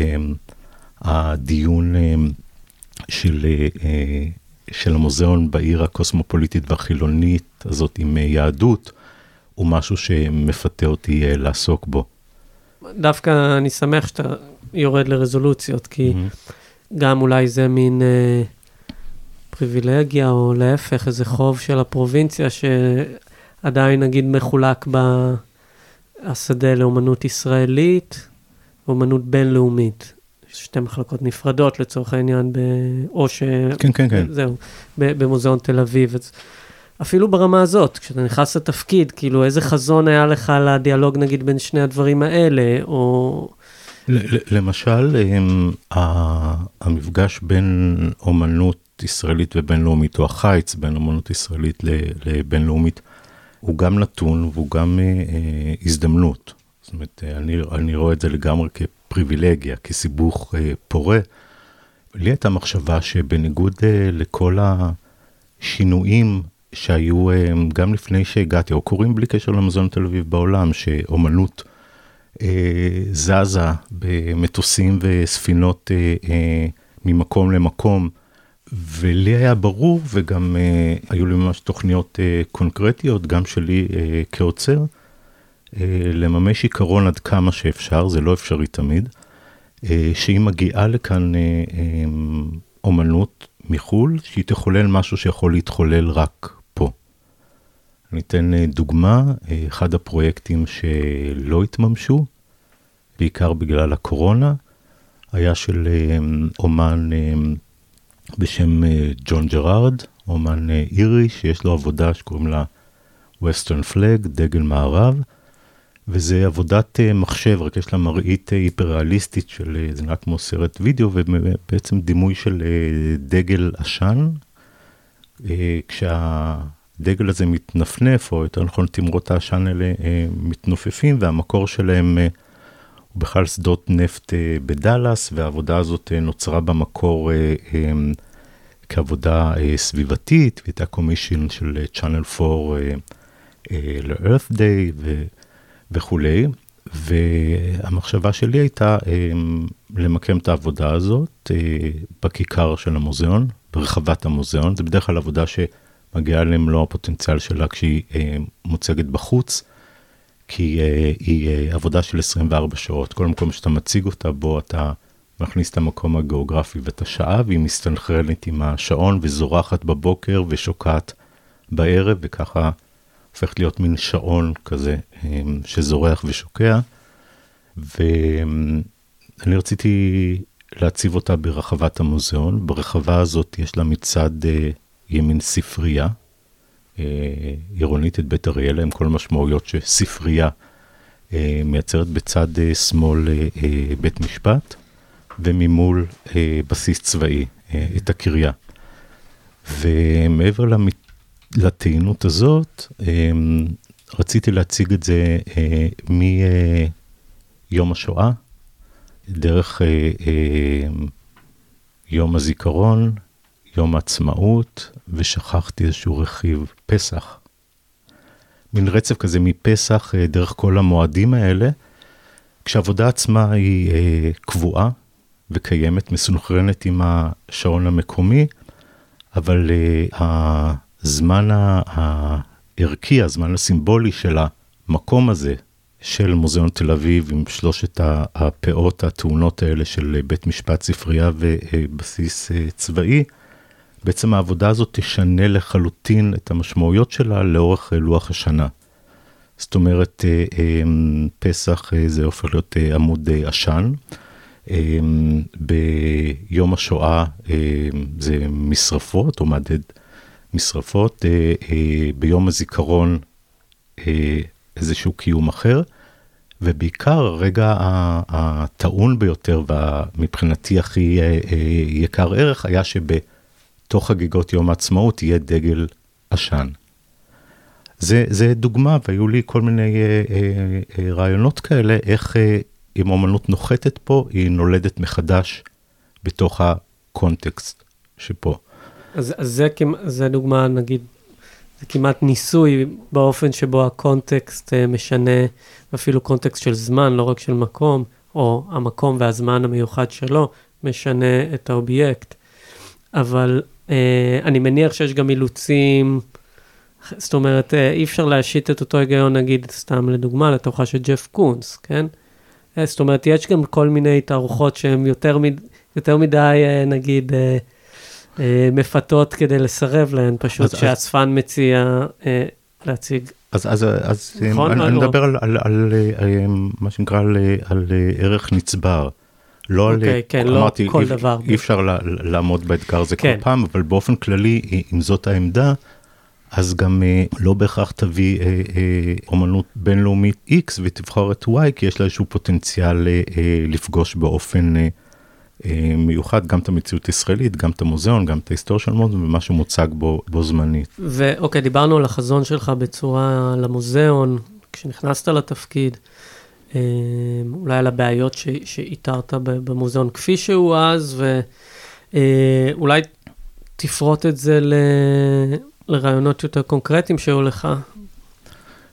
שהדיון של... של המוזיאון בעיר הקוסמופוליטית והחילונית הזאת עם יהדות, הוא משהו שמפתה אותי לעסוק בו. דווקא אני שמח שאתה יורד לרזולוציות, כי mm-hmm. גם אולי זה מין אה, פריבילגיה, או להפך, איזה חוב של הפרובינציה, שעדיין נגיד מחולק בשדה לאומנות ישראלית, ואומנות בינלאומית. שתי מחלקות נפרדות לצורך העניין, או ש... כן, כן, כן. זהו, במוזיאון תל אביב. אפילו ברמה הזאת, כשאתה נכנס לתפקיד, כאילו איזה חזון היה לך לדיאלוג נגיד בין שני הדברים האלה, או... למשל, המפגש בין אומנות ישראלית ובינלאומית, או החיץ בין אומנות ישראלית לבינלאומית, הוא גם נתון והוא גם הזדמנות. זאת אומרת, אני, אני רואה את זה לגמרי כפריבילגיה, כסיבוך אה, פורה. לי הייתה מחשבה שבניגוד אה, לכל השינויים שהיו אה, גם לפני שהגעתי, או קוראים בלי קשר למוזיאון תל אביב בעולם, שאומנות זזה במטוסים וספינות ממקום למקום, ולי היה ברור, וגם היו לי ממש תוכניות קונקרטיות, גם שלי כעוצר, לממש עיקרון עד כמה שאפשר, זה לא אפשרי תמיד, שהיא מגיעה לכאן אומנות מחול, שהיא תחולל משהו שיכול להתחולל רק פה. אני אתן דוגמה, אחד הפרויקטים שלא התממשו, בעיקר בגלל הקורונה, היה של אומן בשם ג'ון ג'רארד, אומן אירי, שיש לו עבודה שקוראים לה Western Flag, דגל מערב, וזה עבודת מחשב, רק יש לה מראית היפר-ריאליסטית של, זה נראה כמו סרט וידאו, ובעצם דימוי של דגל עשן, כשהדגל הזה מתנפנף, או יותר נכון תמרות העשן האלה מתנופפים, והמקור שלהם הוא בכלל שדות נפט בדלס, והעבודה הזאת נוצרה במקור כעבודה סביבתית, והייתה קומישן של Channel פור ל-Earth Day ו... וכולי, והמחשבה שלי הייתה למקם את העבודה הזאת בכיכר של המוזיאון, ברחבת המוזיאון, זה בדרך כלל עבודה שמגיעה למלוא הפוטנציאל שלה כשהיא מוצגת בחוץ, כי היא עבודה של עשרים וארבע שעות, כל מקום שאתה מציג אותה בו אתה מכניס את המקום הגיאוגרפי ואת השעה, והיא מסתנכרנת עם השעון וזורחת בבוקר ושוקעת בערב, וככה הופכת להיות מין שעון כזה שזורח ושוקע, ואני רציתי להציב אותה ברחבת המוזיאון. ברחבה הזאת יש לה מצד ימין ספרייה, עירונית את בית אריאלה, עם כל המשמעויות שספרייה מייצרת, בצד שמאל בית משפט, וממול בסיס צבאי, את הקריה. ומעבר למת... לטעינות הזאת, רציתי להציג את זה מיום השואה, דרך יום הזיכרון, יום העצמאות, ושכחתי איזשהו רכיב, פסח. מין רצף כזה מפסח דרך כל המועדים האלה, כשהעבודה עצמה היא קבועה וקיימת, מסונכרנת עם השעון המקומי, אבל ה... הזמן הערכי, הזמן הסימבולי של המקום הזה, של מוזיאון תל אביב, עם שלושת הפאות, התאונות האלה של בית משפט, ספרייה ובסיס צבאי, בעצם העבודה הזאת תשנה לחלוטין את המשמעויות שלה לאורך לוח השנה. זאת אומרת, פסח זה הופך להיות עמוד עשן, ביום השואה זה משרפות או מדד, משרפות, אה, אה, ביום הזיכרון אה, איזשהו קיום אחר, ובעיקר הרגע הטעון ביותר, ומבחינתי הכי אה, אה, יקר ערך, היה שבתוך חגיגות יום העצמאות יהיה דגל עשן. זה, זה דוגמה, והיו לי כל מיני אה, אה, רעיונות כאלה, איך אה, אם האמנות נוחתת פה, היא נולדת מחדש בתוך הקונטקסט שפה. אז, אז זה, זה דוגמה, נגיד, זה כמעט ניסוי באופן שבו הקונטקסט משנה, אפילו קונטקסט של זמן, לא רק של מקום, או המקום והזמן המיוחד שלו, משנה את האובייקט. אבל אה, אני מניח שיש גם אילוצים, זאת אומרת, אה, אי אפשר להשית את אותו היגיון, נגיד, סתם לדוגמה, לתוכה של ג'ף קונס, כן? אה, זאת אומרת, יש גם כל מיני תערוכות שהן יותר, מד, יותר מדי, אה, נגיד, אה, מפתות כדי לסרב להן, פשוט שהצפן מציע להציג. אז, אז, אז אני מדבר על, על, על, מה שנקרא, על ערך נצבר. לא על, אמרתי, כל דבר. אי אפשר לעמוד באתגר הזה כל פעם, אבל באופן כללי, אם זאת העמדה, אז גם לא בהכרח תביא אומנות בינלאומית X ותבחר את Y, כי יש לה איזשהו פוטנציאל לפגוש באופן מיוחד, גם את המציאות הישראלית, גם את המוזיאון, גם את ההיסטוריה של המוזיאון, ומה שמוצג בו, בו זמנית. ואוקיי, דיברנו על החזון שלך בצורה למוזיאון, כשנכנסת לתפקיד, אולי על הבעיות ש, שאיתרת במוזיאון כפי שהוא אז, ואולי תפרוט את זה ל, לרעיונות יותר קונקרטיים שהיו לך.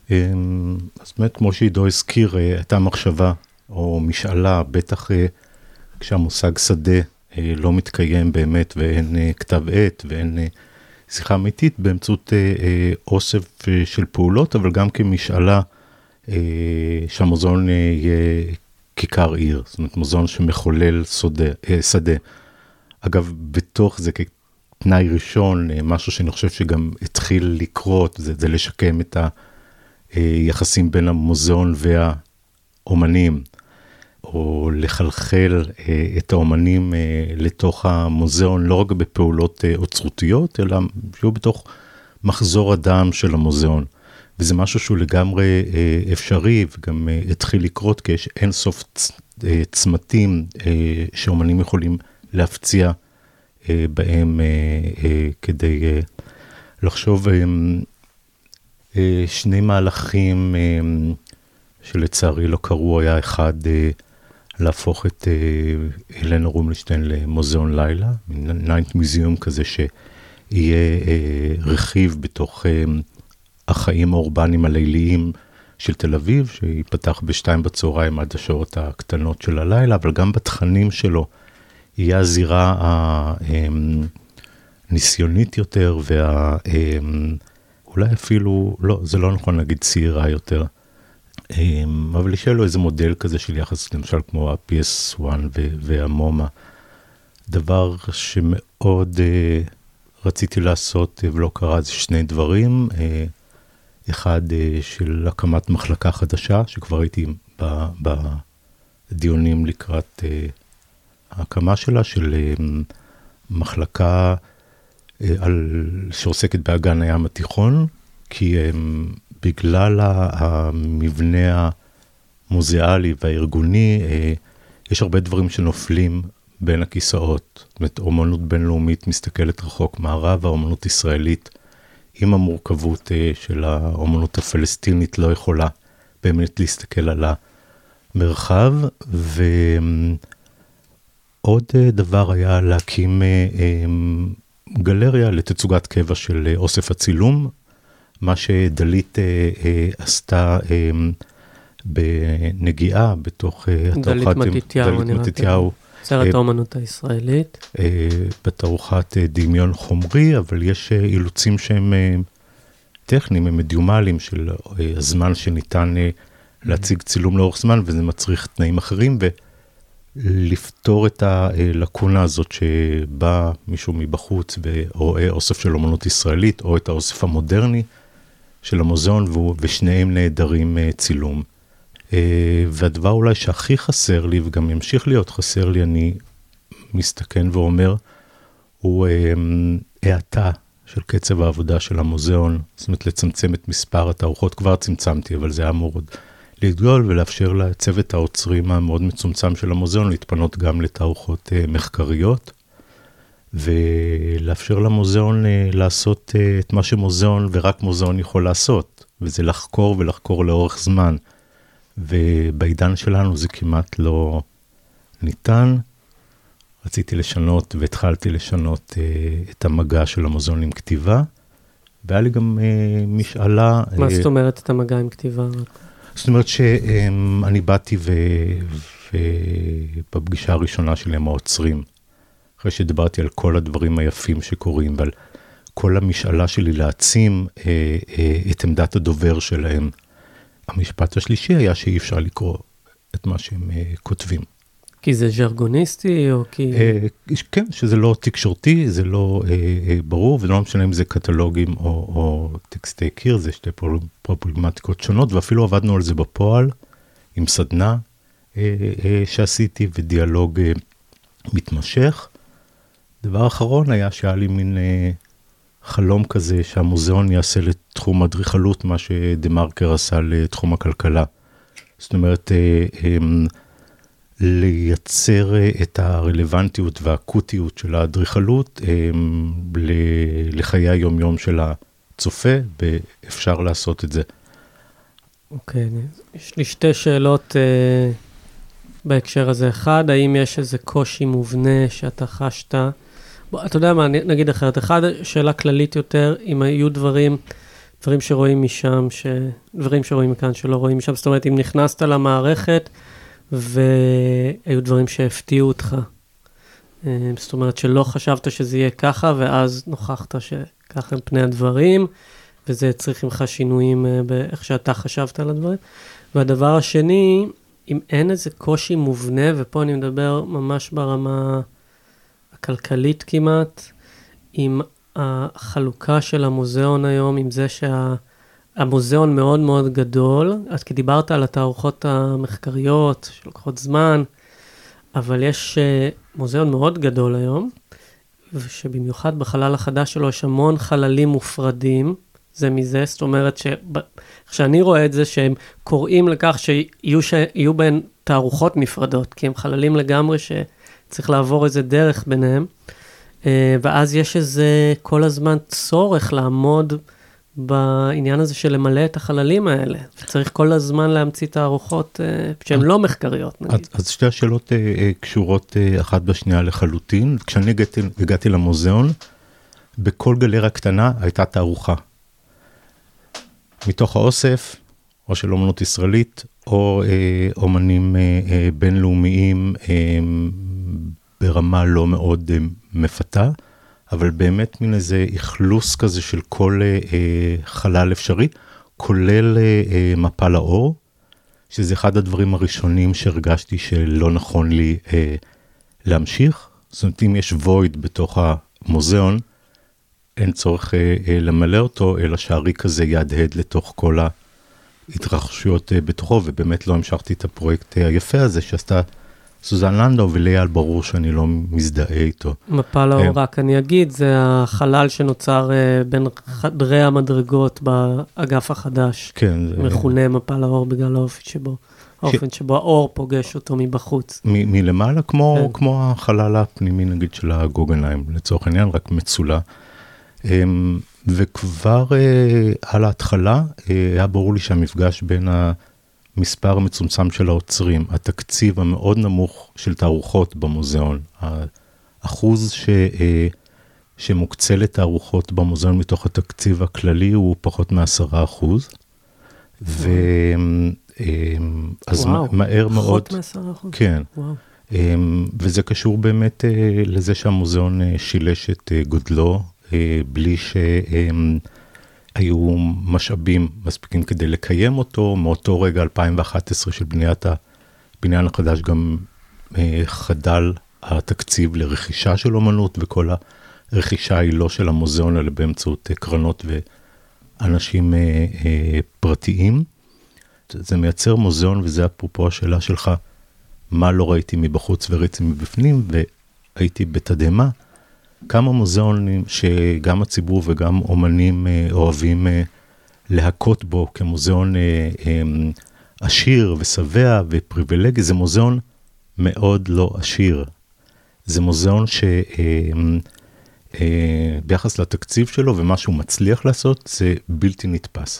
אז באמת, כמו שעידו הזכיר, הייתה מחשבה או משאלה, בטח כשהמושג שדה לא מתקיים באמת, ואין כתב עת, ואין שיחה אמיתית, באמצעות אוסף של פעולות, אבל גם כמשאלה שהמוזיאון יהיה כיכר עיר, זאת אומרת, מוזיאון שמחולל שדה. אגב, בתוך זה כתנאי ראשון, משהו שאני חושב שגם התחיל לקרות, זה, זה לשקם את היחסים בין המוזיאון והאומנים, או לחלחל את האומנים לתוך המוזיאון, לא רק בפעולות אוצרותיות, אלא שהוא בתוך מחזור הדם של המוזיאון. וזה משהו שהוא לגמרי אפשרי, וגם התחיל לקרות, כי יש אין סוף צמתים שאומנים יכולים להפציע בהם כדי לחשוב שני מהלכים שלצערי לא קרו, היה אחד להפוך את אלנה רובינשטיין למוזיאון לילה, ניינט מיוזיאום כזה שיהיה רכיב בתוך החיים האורבניים הליליים של תל אביב, שיפתח בשתיים בצהריים עד השעות הקטנות של הלילה, אבל גם בתכנים שלו יהיה הזירה הניסיונית יותר, ואולי אפילו, לא, זה לא נכון להגיד צעירה יותר, אבל יש לו איזה מודל כזה של יחס, למשל כמו ה-פי אס אחת והמומה, דבר שמאוד רציתי לעשות ולא קרה, זה שני דברים, אחד של הקמת מחלקה חדשה, שכבר הייתי בדיונים לקראת ההקמה שלה, של מחלקה שעוסקת באגן הים התיכון, כי בגלל המבנה המוזיאלי והארגוני, יש הרבה דברים שנופלים בין הכיסאות. זאת אומרת, אומנות בינלאומית מסתכלת רחוק מערב, האומנות ישראלית, עם המורכבות של האומנות הפלסטינית, לא יכולה באמת להסתכל על המרחב. ועוד דבר היה להקים גלריה לתצוגת קבע של אוסף הצילום, מה שדלית עשתה בנגיעה בתוך דלית מתתיהו, דלית מתתיהו. סרט האומנות הישראלית. בתערוכת דמיון חומרי, אבל יש אילוצים שהם טכניים, הם מדיומליים של הזמן שניתן להציג צילום לאורך זמן, וזה מצריך תנאים אחרים, ולפתור את הלקונה הזאת שבא מישהו מבחוץ ורואה אוסף של אומנות ישראלית, או את האוסף המודרני של המוזיאון, ושניהם נהדרים צילום. והדבר אולי שהכי חסר לי, וגם ימשיך להיות חסר לי, אני מסתכן ואומר, הוא העתה של קצב העבודה של המוזיאון, זאת אומרת לצמצם את מספר התערוכות, כבר צמצמתי, אבל זה היה אמור עוד לגדול, ולאפשר לצוות האוצרים המאוד מצומצם של המוזיאון, להתפנות גם לתערוכות מחקריות, ולאפשר למוזיאון לעשות את מה שמוזיאון ורק מוזיאון יכול לעשות, וזה לחקור ולחקור לאורך זמן, ובעידן שלנו זה כמעט לא ניתן. רציתי לשנות והתחלתי לשנות uh, את המגע של המוזיאון עם כתיבה, והיה לי גם uh, משאלה. מה זאת אומרת את המגע עם כתיבה? זאת אומרת שאני באתי ובפגישה הראשונה שלי עם האוצרים, אחרי שדיברתי על כל הדברים היפים שקורים, ועל כל המשאלה שלי להעצים uh, uh, את עמדת הדובר שלהם, המשפט השלישי היה שאי אפשר לקרוא את מה שהם uh, כותבים. כי זה ז'רגוניסטי או כי... Uh, כן, שזה לא תקשורתי, זה לא uh, uh, ברור, ולא משנה אם זה קטלוגים או, או טקסטי קיר, זה שתי פרובלמטיקות שונות, ואפילו עבדנו על זה בפועל, עם סדנה uh, uh, שעשיתי, ודיאלוג uh, מתמשך. דבר אחרון היה שהיה לי מין... Uh, חלום כזה שהמוזיאון יעשה לתחום אדריכלות, מה שדמרקר עשה לתחום הכלכלה. זאת אומרת, לייצר את הרלוונטיות והאקוטיות של האדריכלות לחיי היום-יום של הצופה, ואפשר לעשות את זה. אוקיי, יש לי שתי שאלות בהקשר הזה. אחד, האם יש איזה קושי מובנה שאתה חשת? בוא, אתה יודע מה, נגיד אחרת. אחד, שאלה כללית יותר, אם היו דברים דברים שרואים משם, ש... דברים שרואים מכאן שלא רואים משם. זאת אומרת, אם נכנסת למערכת, והיו דברים שהפתיעו אותך. זאת אומרת, שלא חשבת שזה יהיה ככה, ואז נוכחת שככה הם פני הדברים, וזה צריך ממך שינויים באיך שאתה חשבת על הדברים. והדבר השני, אם אין איזה קושי מובנה, ופה אני מדבר ממש ברמה הכלכלית כמעט, עם החלוקה של המוזיאון היום, עם זה שהמוזיאון מאוד מאוד גדול, אז כי דיברת על התערוכות המחקריות, שלוקחות זמן, אבל יש מוזיאון מאוד גדול היום, ושבמיוחד בחלל החדש שלו יש המון חללים מופרדים, זה מזה, זאת אומרת שאני רואה את זה שהם קוראים לכך שיהיו, שיהיו בהן תערוכות נפרדות, כי הם חללים לגמרי שצריך לעבור איזה דרך ביניהם, ואז יש איזה כל הזמן צורך לעמוד בעניין הזה של למלא את החללים האלה. צריך כל הזמן להמציא תערוכות שהן לא מחקריות, נגיד. אז שתי השאלות קשורות אחת בשנייה לחלוטין. כשאני הגעתי, הגעתי למוזיאון, בכל גלריה קטנה הייתה תערוכה. מתוך האוסף, או של אומנות ישראלית, או אומנים בינלאומיים ברמה לא מאוד מפתה, אבל באמת מן איזה איכלוס כזה של כל אה, חלל אפשרי, כולל אה, מפה לאור, שזה אחד הדברים הראשונים שהרגשתי שלא נכון לי אה, להמשיך. זאת אומרת, אם יש וויד בתוך המוזיאון, אין צורך אה, אה, למלא אותו, אלא שהריק הזה יהדהד לתוך כל ההתרחשויות אה, בתוכו, ובאמת לא המשכתי את הפרויקט אה, היפה הזה שעשתה, סוזן לנדאו ולייל, ברור שאני לא מזדהה איתו. מפה לאור, רק אני אגיד, זה החלל שנוצר בין חדרי המדרגות באגף החדש. כן. מכונה מפה לאור בגלל האופן שבו, האופן שבו האור פוגש אותו מבחוץ. מלמעלה, כמו החלל הפנימי, נגיד, של הגוגנהיים, לצורך העניין, רק מצולה. וכבר על ההתחלה, היה ברור לי שהמפגש בין ה... מספר המצומצם של האוצרים, התקציב המאוד נמוך של תערוכות במוזיאון, האחוז ש, שמוקצה לתערוכות במוזיאון מתוך התקציב הכללי הוא פחות מעשרה אחוז, ואז מהר מאוד, פחות מעשרה אחוז? כן, וואו. וזה קשור באמת לזה שהמוזיאון שילש את גודלו, בלי ש... היו משאבים מספיקים כדי לקיים אותו, מאותו רגע אלפיים ואחת עשרה של בניית הבניין החדש גם אה, חדל התקציב לרכישה של אומנות, וכל הרכישה היא לא של המוזיאון, אלא באמצעות קרנות ואנשים אה, אה, פרטיים. זה מייצר מוזיאון, וזה אפרופו השאלה שלך, מה לא ראיתי מבחוץ וראיתי מבפנים, והייתי בתדהמה, כמה מוזיאונים שגם הציבור וגם אומנים אוהבים להכות בו כמוזיאון עשיר ושבע ופריבילגי, זה מוזיאון מאוד לא עשיר. זה מוזיאון שביחס לתקציב שלו ומה שהוא מצליח לעשות זה בלתי נתפס.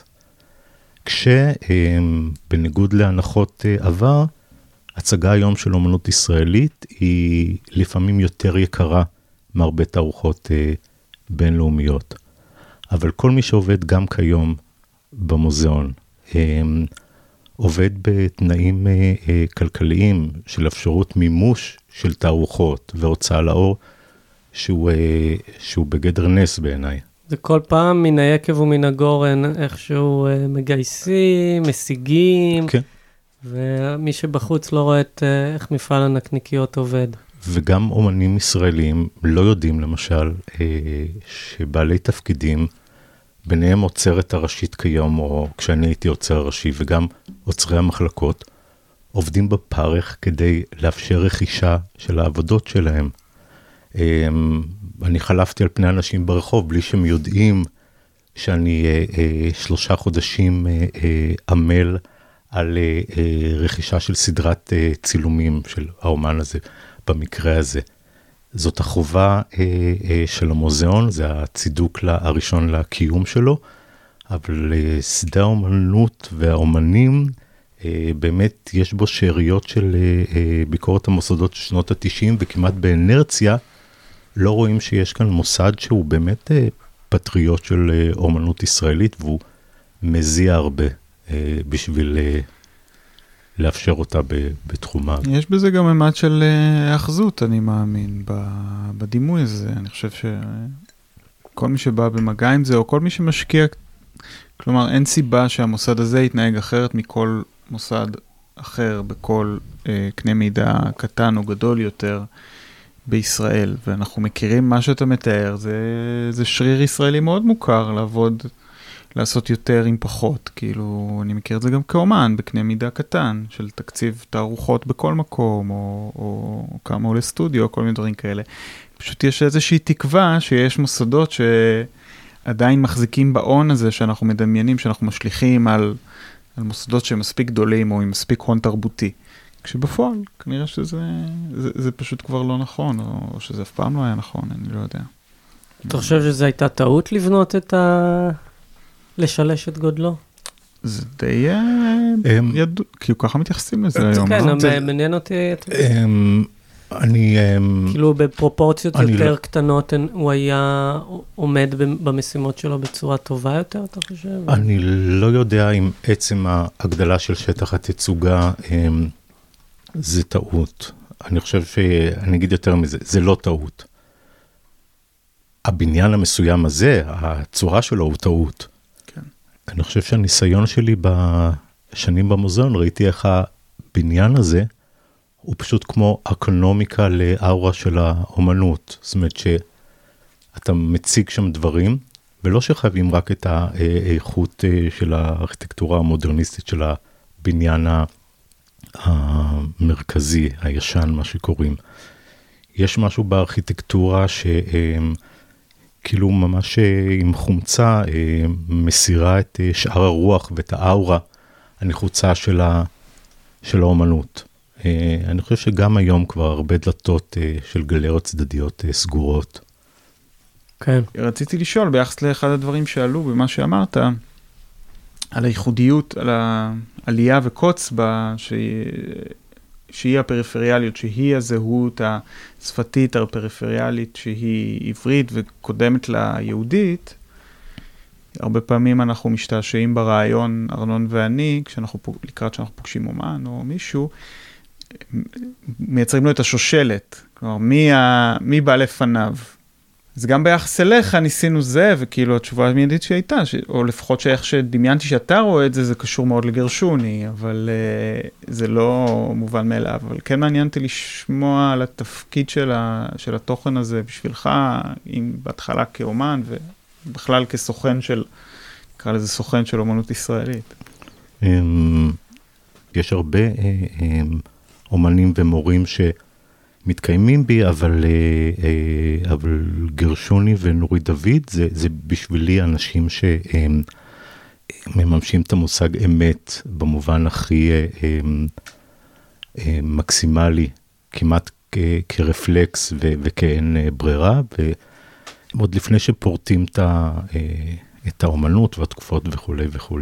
כשבניגוד להנחות עבר, הצגה היום של אומנות ישראלית היא לפעמים יותר יקרה מהרבה תערוכות אה, בינלאומיות. אבל כל מי שעובד גם כיום במוזיאון, אה, עובד בתנאים אה, אה, כלכליים של אפשרות מימוש של תערוכות והוצאה לאור, שהוא, אה, שהוא בגדר נס בעיניי. זה כל פעם מן היקב ומן הגורן, איכשהו אה, מגייסים, משיגים, כן. ומי שבחוץ לא רואה את אה, איך מפעל הנקניקיות עובד. וגם אומנים ישראלים לא יודעים, למשל, שבעלי תפקידים, ביניהם עוצרת הראשית כיום, או כשאני הייתי עוצר הראשי, וגם עוצרי המחלקות, עובדים בפרך כדי לאפשר רכישה של העבודות שלהם. אני חלפתי על פני אנשים ברחוב, בלי שהם יודעים שאני שלושה חודשים עמל על רכישה של סדרת צילומים של האומן הזה. במקרה הזה. זאת החובה אה, אה, של המוזיאון, זה הצידוק הראשון לקיום שלו, אבל אה, שדה האומנות והאומנים, אה, באמת יש בו שאריות של אה, אה, ביקורת המוסדות של שנות ה-תשעים, וכמעט באנרציה לא רואים שיש כאן מוסד שהוא באמת אה, פטריוט של אומנות ישראלית, והוא מזיע הרבה בשביל לאפשר אותה בתחומה. יש בזה גם ממד של אחזות, אני מאמין, בדימוי הזה. אני חושב שכל מי שבא במגע עם זה, או כל מי שמשקיע, כלומר, אין סיבה שהמוסד הזה יתנהג אחרת מכל מוסד אחר, בכל קנה מידה קטן או גדול יותר בישראל. ואנחנו מכירים מה שאתה מתאר, זה, זה שריר ישראלי מאוד מוכר, לעבוד, לעשות יותר עם פחות. כאילו, אני מכיר את זה גם כאומן, בקנה מידה קטן, של תקציב תערוכות בכל מקום, או, או, או כמה עולה סטודיו, כל מיני דברים כאלה. פשוט יש איזושהי תקווה שיש מוסדות שעדיין מחזיקים בעון הזה, שאנחנו מדמיינים, שאנחנו משליכים על, על מוסדות שהם מספיק גדולים, או עם מספיק הון תרבותי. כשבפועל, כנראה שזה זה, זה פשוט כבר לא נכון, או, או שזה אף פעם לא היה נכון, אני לא יודע. אתה חושב שזו הייתה טעות לבנות את ה... לשלש את גודלו? זה די ידוע, כאילו ככה מתייחסים לזה היום. כן, מעניין אותי. אני... כאילו בפרופורציות יותר קטנות, הוא היה עומד במשימות שלו בצורה טובה יותר, אתה חושב? אני לא יודע אם עצם ההגדלה של שטח התצוגה זה טעות. אני חושב שאני אגיד יותר מזה, זה לא טעות. הבניין המסוים הזה, הצורה שלו הוא טעות. אני חושב שהניסיון שלי בשנים במוזיאון, ראיתי איך הבניין הזה, הוא פשוט כמו אקונומיקה לאורה של האומנות. זאת אומרת שאתה מציג שם דברים, ולא שחייבים רק את האיכות של הארכיטקטורה המודרניסטית של הבניין המרכזי, הישן, מה שקוראים. יש משהו בארכיטקטורה שהם, כאילו ממש עם חומצה מסירה את שאר הרוח ואת האורה הנחוצה של, ה, של האומנות. אני חושב שגם היום כבר הרבה דלתות של גלריות צדדיות סגורות. כן. רציתי לשאול ביחס לאחד הדברים שעלו במה שאמרת, על הייחודיות, על העלייה וקוץ בה, שהיא, שהיא הפריפריאליות, שהיא הזהות השפתית הפריפריאלית, שהיא עברית וקודמת ליהודית. הרבה פעמים אנחנו משתעשעים ברעיון, ארנון ואני, כשאנחנו, לקראת שאנחנו פוגשים אומן או מישהו, מייצרים לו את השושלת. כלומר, מי, ה, מי בא לפניו? אז גם ביחס אליך ניסינו זה, וכאילו התשובה המיידית שהייתה, ש... או לפחות שאיך שדמיינתי שאתה רואה את זה, זה קשור מאוד לגרשוני, אבל uh, זה לא מובן מאליו. אבל כן מעניינתי לשמוע על התפקיד של, ה... של התוכן הזה בשבילך, אם בהתחלה כאומן, ובכלל כסוכן של, נקרא לזה סוכן של אומנות ישראלית. יש הרבה אומנים ומורים ש... מתקיימים בי, אבל, אבל גרשוני ונורי דוד, זה, זה בשבילי אנשים שמממשים את המושג אמת, במובן הכי מקסימלי, כמעט כרפלקס וכאין ברירה, ועוד לפני שפורטים את האומנות והתקופות וכו' וכו'.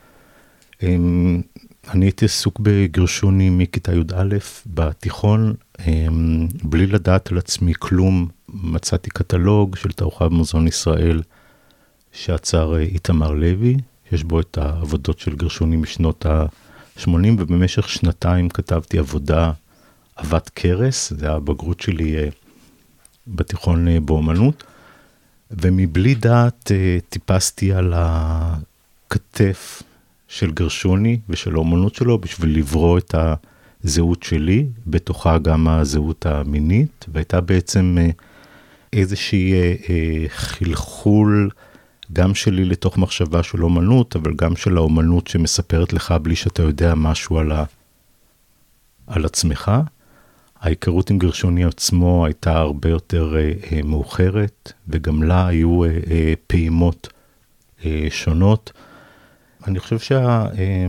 אני הייתי עסוק בגרשוני מכיתה י"א בתיכון, בלי לדעת על עצמי כלום. מצאתי קטלוג של תערוכה במוזיאון ישראל שעצר איתמר לוי, יש בו את העבודות של גרשוני משנות ה-שמונים, ובמשך שנתיים כתבתי עבודה אהבת קרס, זה הבגרות שלי בתיכון באומנות, ומבלי דעת טיפסתי על הכתף של גרשוני ושל האומנות שלו, בשביל לברוא את הזהות שלי, בתוכה גם הזהות המינית, והייתה בעצם איזושהי חלחול, גם שלי לתוך מחשבה של אומנות, אבל גם של האומנות שמספרת לך בלי שאתה יודע משהו על, ה... על עצמך. ההיכרות עם גרשוני עצמו הייתה הרבה יותר מאוחרת, וגם לה היו פעימות שונות. אני חושב שה,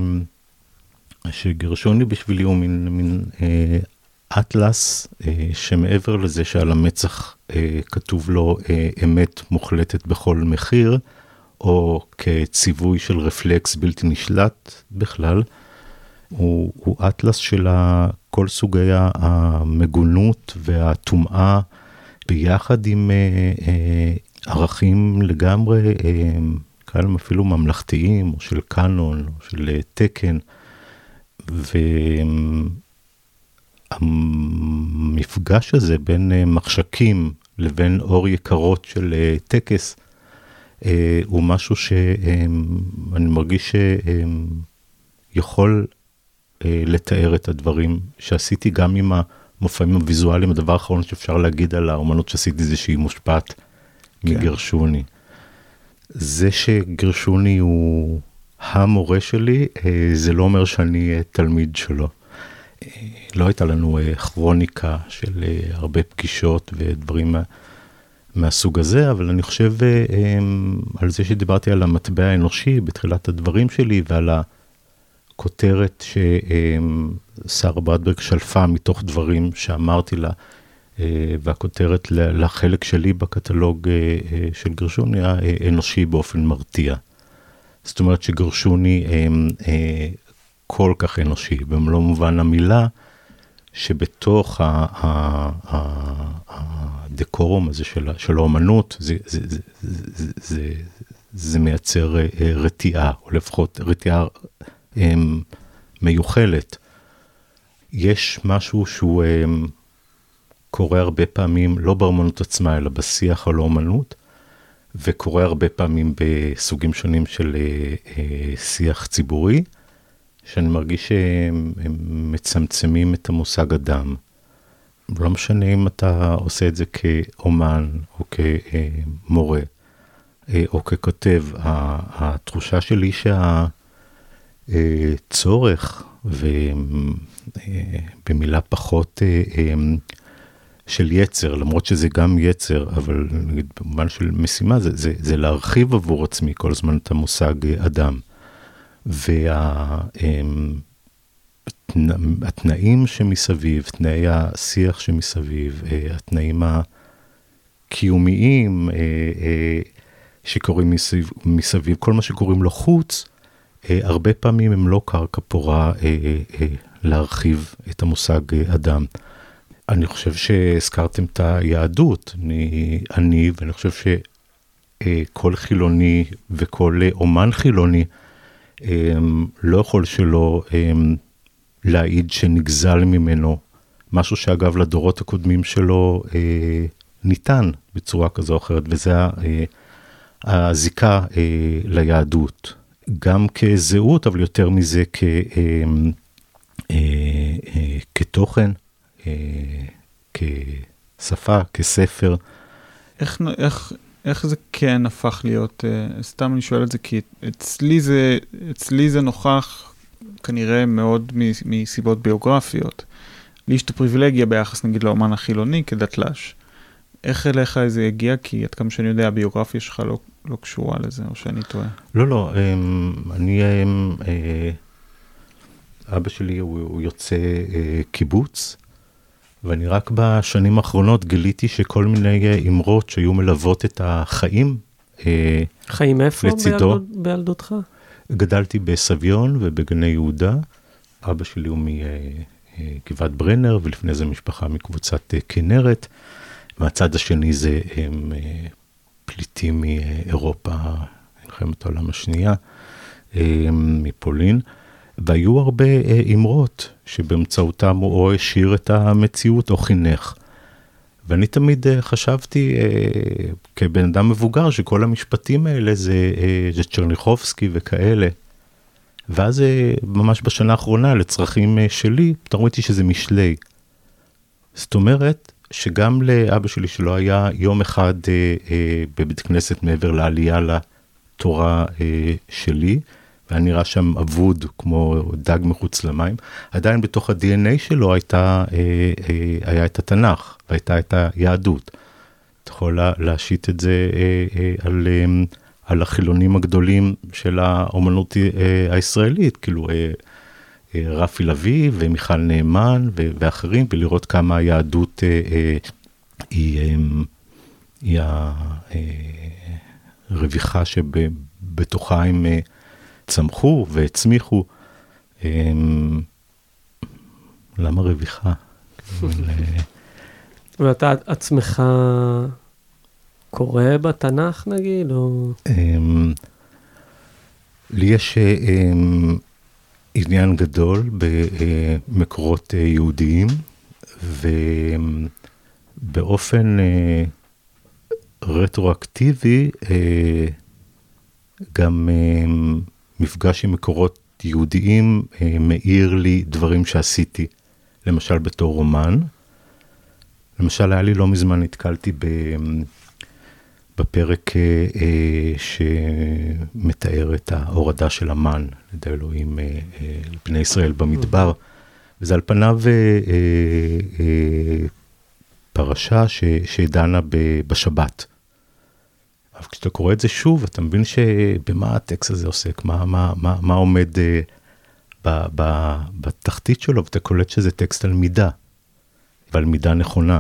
שגרשוני בשבילי הוא מין, מין אטלס, שמעבר לזה שעל המצח כתוב לו אמת מוחלטת בכל מחיר, או כציווי של רפלקס בלתי נשלט בכלל, הוא, הוא אטלס של כל סוגי המגונות והטומאה, ביחד עם ערכים לגמרי, כאלה אפילו ממלכתיים, או של קאנון, או של תקן, והמפגש הזה בין מחשקים לבין אור יקרות של טקס, הוא משהו שאני מרגיש שיכול לתאר את הדברים שעשיתי גם עם המופעים הוויזואליים. הדבר האחרון שאפשר להגיד על האומנות שעשיתי זה שהיא מושפעת כן. מגרשוני. זה שגרשוני הוא המורה שלי, זה לא אומר שאני תלמיד שלו. לא הייתה לנו כרוניקה של הרבה פגישות ודברים מהסוג הזה, אבל אני חושב על זה שדיברתי על המטבע האנושי בתחילת הדברים שלי, ועל הכותרת ששרה ברדברג שלפה מתוך דברים שאמרתי לה, והכותרת לחלק שלי בקטלוג של גרשוני היה אנושי באופן מרתיע. זאת אומרת שגרשוני כל כך אנושי, במלוא מובן המילה, שבתוך הדקורום הזה של האומנות, זה, זה, זה, זה, זה, זה מייצר רתיעה, או לפחות רתיעה מיוחלת. יש משהו שהוא קורה הרבה פעמים, לא באומנות עצמה, אלא בשיח על האומנות, וקורה הרבה פעמים בסוגים שונים של שיח ציבורי, שאני מרגיש שהם מצמצמים את המושג אדם. לא משנה אם אתה עושה את זה כאומן, או כמורה, או ככותב. התחושה שלי שהצורך, ובמילה פחות של יצר, למרות שזה גם יצר, אבל נגיד במובן של משימה, זה, זה, זה להרחיב עבור עצמי כל הזמן את המושג אדם. והתנאים שמסביב, תנאי השיח שמסביב, התנאים הקיומיים שקוראים מסביב, מסביב, כל מה שקוראים לו חוץ, הרבה פעמים הם לא קרקע פורה להרחיב את המושג אדם. אני חושב שהזכרתם את היהדות, אני, אני ואני חושב שכל חילוני וכל אומן חילוני, לא יכול שלא להעיד שנגזל ממנו, משהו שאגב לדורות הקודמים שלו ניתן בצורה כזו או אחרת, וזה הזיקה ליהדות, גם כזהות, אבל יותר מזה כתוכן, כשפה, כספר. איך, איך, איך זה כן הפך להיות, סתם אני שואל את זה, כי אצלי זה, אצלי זה נוכח כנראה מאוד מסיבות ביוגרפיות. לי יש את הפריבילגיה ביחס נגיד לאומן החילוני כדתל"ש. איך אליך זה הגיע? כי עד כמה שאני יודע, הביוגרפיה שלך לא, לא קשורה לזה, או שאני טועה. לא, לא, אני, אבא שלי הוא, הוא יוצא קיבוץ, ואני רק בשנים האחרונות גיליתי שכל מיני אמרות שהיו מלוות את החיים חיים איפה לצידו. בילדות, בילדותך? גדלתי בסביון ובגני יהודה. אבא שלי הוא מגבעת ברנר, ולפני זה משפחה מקבוצת כנרת. מהצד השני זה הם פליטים מאירופה, מלחמת העולם השנייה, מפולין. והיו הרבה אמרות שבאמצעותם הוא או השאיר את המציאות או חינך. ואני תמיד חשבתי כבן אדם מבוגר שכל המשפטים האלה זה, זה צ'רניחובסקי וכאלה. ואז ממש בשנה האחרונה לצרכים שלי, תראיתי שזה משלי. זאת אומרת שגם לאבא שלי שלא היה יום אחד בבית כנסת מעבר לעלייה לתורה שלי, והיה נראה שם אבוד כמו דג מחוץ למים, עדיין בתוך ה-די אן איי שלו הייתה, היה את התנ"ך, והייתה את היהדות. אתה יכול להשית את זה על, על החילונים הגדולים של האומנות הישראלית, כאילו רפי לוי ומיכל נאמן ואחרים, ולראות כמה היהדות היא, היא הרוויחה שבתוכה הם צמחו והצמיחו. למה רוויחה? ואתה עצמך קורא בתנ"ך נגיד, או... לי יש עניין גדול במקורות יהודיים, ובאופן רטרואקטיבי, גם מפגש עם מקורות יהודיים מאיר לי דברים שעשיתי, למשל בתור רומן. למשל, היה לי לא מזמן נתקלתי בפרק שמתאר את ההורדה של המן, לידי אלוהים לבני ישראל במדבר, וזה על פניו פרשה שדנה בשבת. אבל כשאתה קורא את זה שוב, אתה מבין שבמה הטקסט הזה עוסק, מה, מה, מה, מה עומד ב, ב, בתחתית שלו, ואתה קולט שזה טקסט על מידה, ועל מידה נכונה.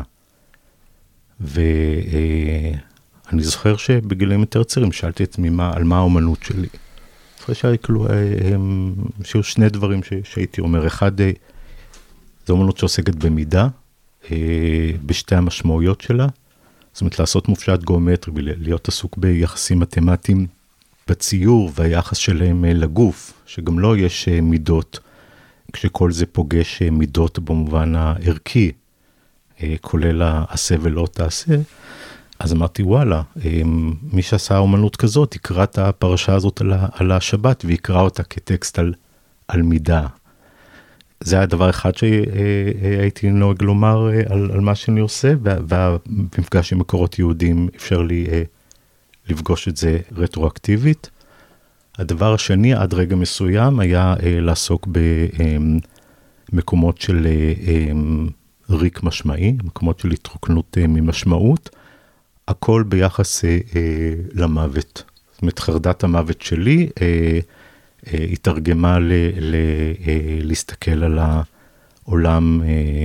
ואני זוכר שבגילים יותר צעירים, שאלתי את עצמי על מה האומנות שלי. אחרי שהיו שני דברים שהייתי אומר, אחד, זו אומנות שעוסקת במידה, בשתי המשמעויות שלה, זאת אומרת, לעשות מופשט גיאומטרי, להיות עסוק ביחסים מתמטיים בציור והיחס שלהם לגוף, שגם לא יש מידות, כשכל זה פוגש מידות במובן הערכי, כולל העשה ולא תעשה, אז אמרתי, וואלה, מי שעשה אומנות כזאת, יקרא את הפרשה הזאת על השבת, ויקרא אותה כטקסט על, על מידה. זה היה דבר אחד שהייתי נוהג לומר על, על מה שאני עושה, והמפגש עם מקורות יהודים אפשר לי לפגוש את זה רטרואקטיבית. הדבר השני, עד רגע מסוים, היה לעסוק במקומות של ריק משמעי, מקומות של התרוקנות ממשמעות, הכל ביחס למוות. זאת אומרת, חרדת המוות שלי, התרגמה ל, ל, להסתכל על העולם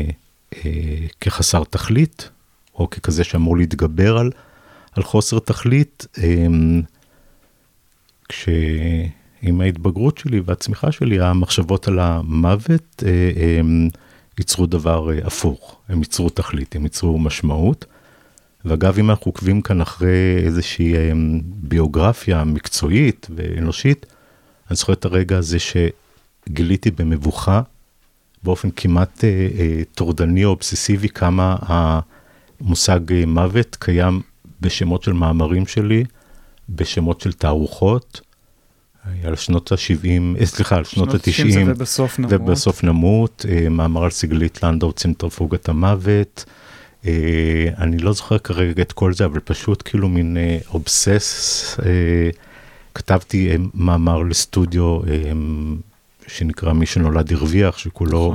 כחסר תכלית, או ככזה שאמור להתגבר על, על חוסר תכלית, כשעם ההתבגרות שלי והצמיחה שלי, המחשבות על המוות ייצרו דבר הפוך, הם ייצרו תכלית, הם ייצרו משמעות, ואגב, אם אנחנו עוקבים כאן אחרי איזושהי ביוגרפיה מקצועית ואנושית, אני זוכר את הרגע הזה שגיליתי במבוכה, באופן כמעט אה, אה, טורדני או אובססיבי, כמה המושג אה, מוות קיים בשמות של מאמרים שלי, בשמות של תערוכות, על שנות ה-שבעים, אה, סליחה, על שנות ה-תשעים, ובסוף נמות. ובסוף נמות, אה, מאמר על סיגלית לנדאו, צנטריפוגת המוות, אה, אני לא זוכר כרגע את כל זה, אבל פשוט כאילו מין אה, אובסס, אה, כתבתי מאמר לסטודיו שנקרא מי שנולד הרוויח, שכולו...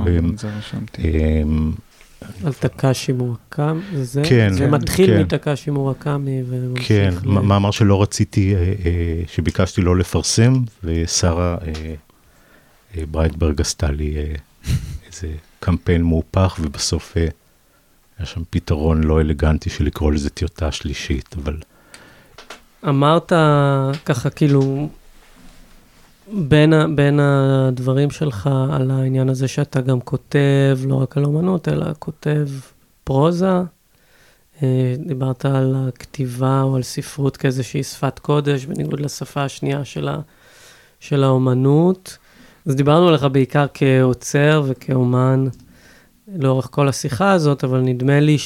על טקאשי מורקאמי, זה מתחיל מטקאשי מורקאמי. כן, מאמר שלא רציתי, שביקשתי לא לפרסם, ושרה ברייטברג עשתה לי איזה קמפיין מהופך, ובסוף היה שם פתרון לא אלגנטי של לקרוא לזה טיוטה שלישית, אבל... אמרת ככה כאילו, בין, בין הדברים שלך על העניין הזה שאתה גם כותב, לא רק על אומנות, אלא כותב פרוזה, דיברת על הכתיבה או על ספרות כאיזושהי שפת קודש, בניגוד לשפה השנייה של, ה, של האומנות. אז דיברנו עליך בעיקר כעוצר וכאומן לאורך כל השיחה הזאת, אבל נדמה לי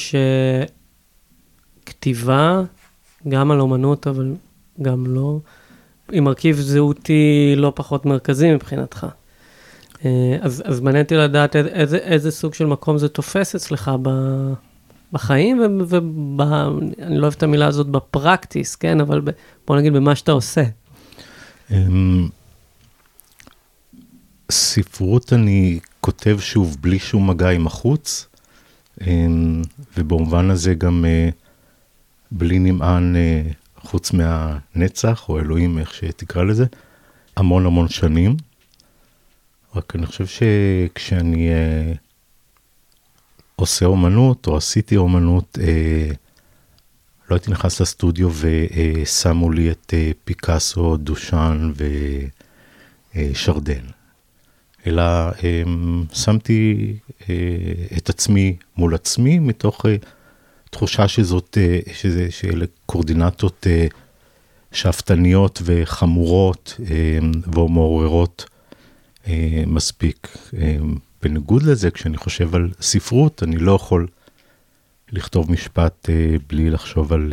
שכתיבה, גם על אומנות, אבל גם לא, היא מרכיב זהותי לא פחות מרכזי מבחינתך. אז, אז מעניינתי לדעת איזה, איזה סוג של מקום זה תופס אצלך ב, בחיים, ואני לא אוהב את המילה הזאת בפרקטיס, כן? אבל ב, בוא נגיד במה שאתה עושה. ספרות אני כותב שוב בלי שום מגע עם החוץ, ובמובן הזה גם... בלי נמען חוץ מהנצח, או אלוהים, איך שתקרא לזה, המון המון שנים. רק אני חושב שכשאני אה, עושה אומנות, או עשיתי אומנות, אה, לא הייתי נכנס לסטודיו ושמו לי את אה, פיקאסו, דושן ושרדן. אה, אלא אה, שמתי אה, את עצמי מול עצמי, מתוך... אה, תחושה שזאת, שזה, שאלה קורדינטות שאפתניות וחמורות ומעוררות מספיק. בניגוד לזה, כשאני חושב על ספרות, אני לא יכול לכתוב משפט בלי לחשוב על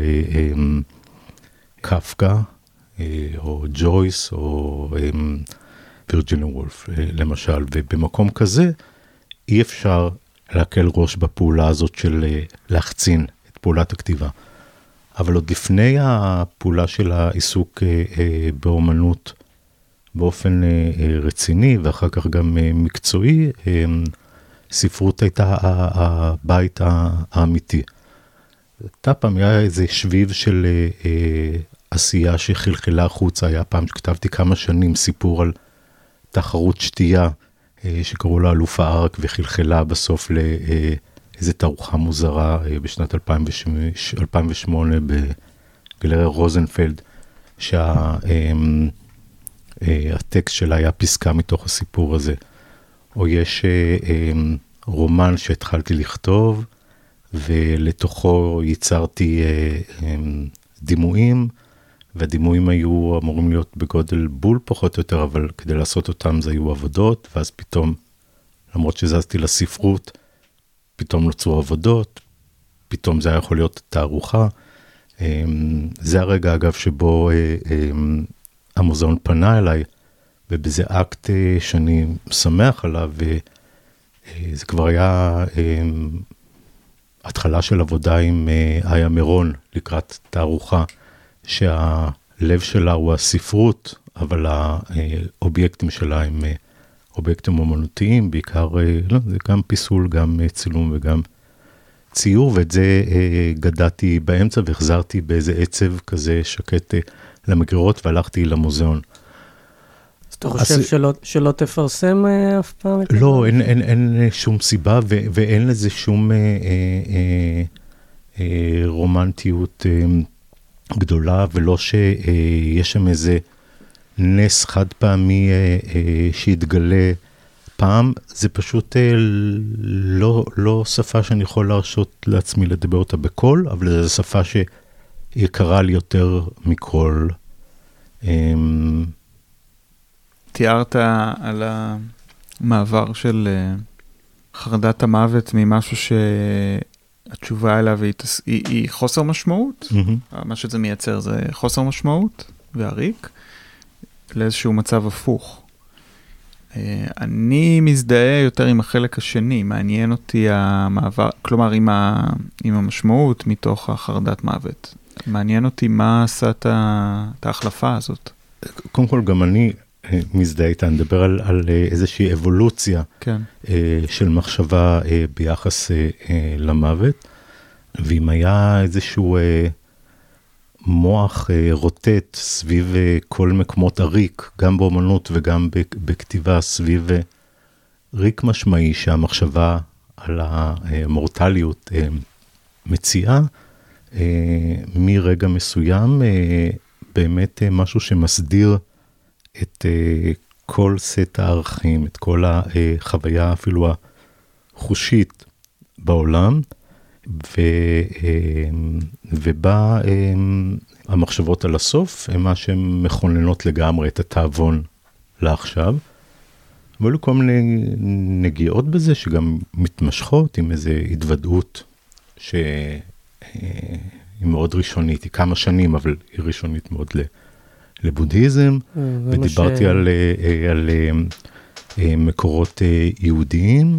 קפקא, או ג'ויס, או וירג'יניה וולף, למשל. ובמקום כזה, אי אפשר להקל ראש בפעולה הזאת של להחצין את פעולת הכתיבה. אבל עוד לפני הפעולה של העיסוק באומנות באופן רציני, ואחר כך גם מקצועי, ספרות הייתה הבית האמיתי. הייתה פעם, היה איזה שביב של עשייה שחלחלה החוצה, היה פעם שכתבתי כמה שנים סיפור על תחרות שתייה, שקראו לה אלוף הארק, וחלחלה בסוף לאיזו תערוכה מוזרה בשנת אלפיים ושמונה בגלריה רוזנפלד, שהטקסט שלה היה פסקה מתוך הסיפור הזה. או יש רומן שהתחלתי לכתוב, ולתוכו ייצרתי דימויים, והדימויים היו אמורים להיות בגודל בול פחות או יותר, אבל כדי לעשות אותם זה היו עבודות, ואז פתאום, למרות שזזתי לספרות, פתאום נוצרו עבודות, פתאום זה היה יכול להיות תערוכה. זה הרגע אגב שבו המוזיאון פנה אליי, ובזה אקט שאני שמח עליו, וזה כבר היה התחלה של עבודה עם איה מירון לקראת תערוכה, שהלב שלה הוא הספרות, אבל האובייקטים שלה הם אובייקטים אומנותיים, בעיקר, לא, זה גם פיסול, גם צילום וגם ציור, ואת זה גדעתי באמצע והחזרתי באיזה עצב כזה שקט למגרעות, והלכתי למוזיאון. אז אתה חושב שלא, שלא תפרסם אף פעם? לא, אין, אין, אין שום סיבה, ו, ואין לזה שום אה, אה, אה, רומנטיות אה, גדולה, ולא שיש שם איזה נס חד פעמי אה, אה, שיתגלה פעם, זה פשוט אה, לא, לא שפה שאני יכול להרשות לעצמי לדבר אותה בקול, אבל זו שפה שיקרה לי יותר מכל. אה, תיארת על המעבר של חרדת המוות ממשהו שהתשובה אליו היא, היא, היא חוסר משמעות, mm-hmm. מה שזה מייצר זה חוסר משמעות והריק, לאיזשהו מצב הפוך. אני מזדהה יותר עם החלק השני, מעניין אותי המעבר, כלומר עם, ה, עם המשמעות מתוך החרדת מוות. מעניין אותי מה עשה את ההחלפה הזאת. קודם כל גם אני מזדהה איתה, נדבר על, על איזושהי אבולוציה כן. של מחשבה ביחס למוות, ואם היה איזשהו מוח רוטט סביב כל מקומות הריק, גם באמנות וגם בכתיבה, סביב ריק משמעי שהמחשבה על המורטליות מציעה, מרגע מסוים באמת משהו שמסדיר את uh, כל סט הערכים, את כל החוויה אפילו החושית בעולם, ו, uh, ובה uh, המחשבות על הסוף, הם מה שהן מכוננות לגמרי את התאבון לעכשיו, והיו כל מיני נגיעות בזה שגם מתמשכות עם איזו התוודעות שהיא מאוד ראשונית, היא כמה שנים, אבל היא ראשונית מאוד ל... לבודהיזם, ודיברתי ש... על, על, על מקורות יהודיים,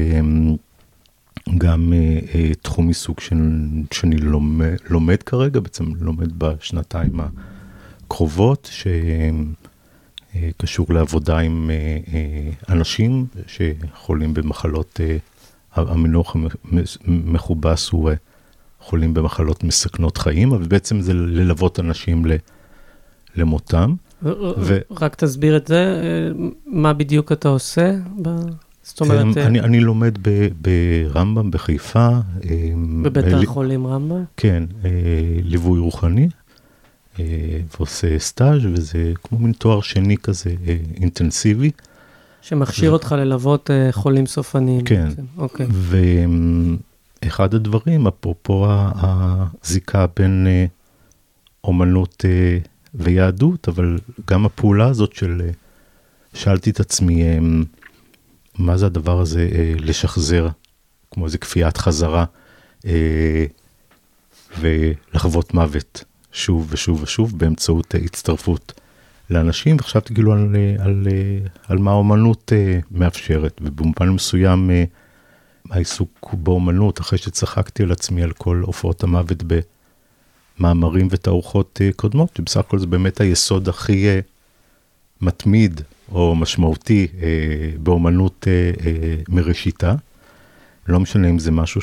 וגם תחום עיסוק שאני לומד, לומד כרגע, בעצם לומד בשנתיים הקרובות, שקשור לעבודה עם אנשים שחולים במחלות, המינוח המכובס הוא חולים במחלות מסכנות חיים, אבל בעצם זה ללוות אנשים ל... למותם. ו... רק תסביר את זה, מה בדיוק אתה עושה? זאת אומרת... אני, אני לומד ב, ברמב"ם, בחיפה. בבית ל... החולים רמב"ם? כן, ליווי רוחני, ועושה סטאז' וזה כמו מין תואר שני כזה, אינטנסיבי. שמכשיר ו... אותך ללוות חולים סופניים. כן, אוקיי. ו... אחד הדברים, אפרופו הזיקה בין אומנות ויהדות, אבל גם הפעולה הזאת של, שאלתי את עצמי, מה זה הדבר הזה לשחזר, כמו איזה כפיית חזרה, ולחוות מוות שוב ושוב ושוב, באמצעות הצטרפות לאנשים, וחשבתי כאילו על, על, על מה האומנות מאפשרת, ובמובן מסוים העיסוק באומנות, אחרי שצחקתי על עצמי על כל הופעות המוות במאמרים ותערוכות קודמות, שבסך הכל זה באמת היסוד הכי מתמיד או משמעותי באומנות מראשיתה. לא משנה אם זה משהו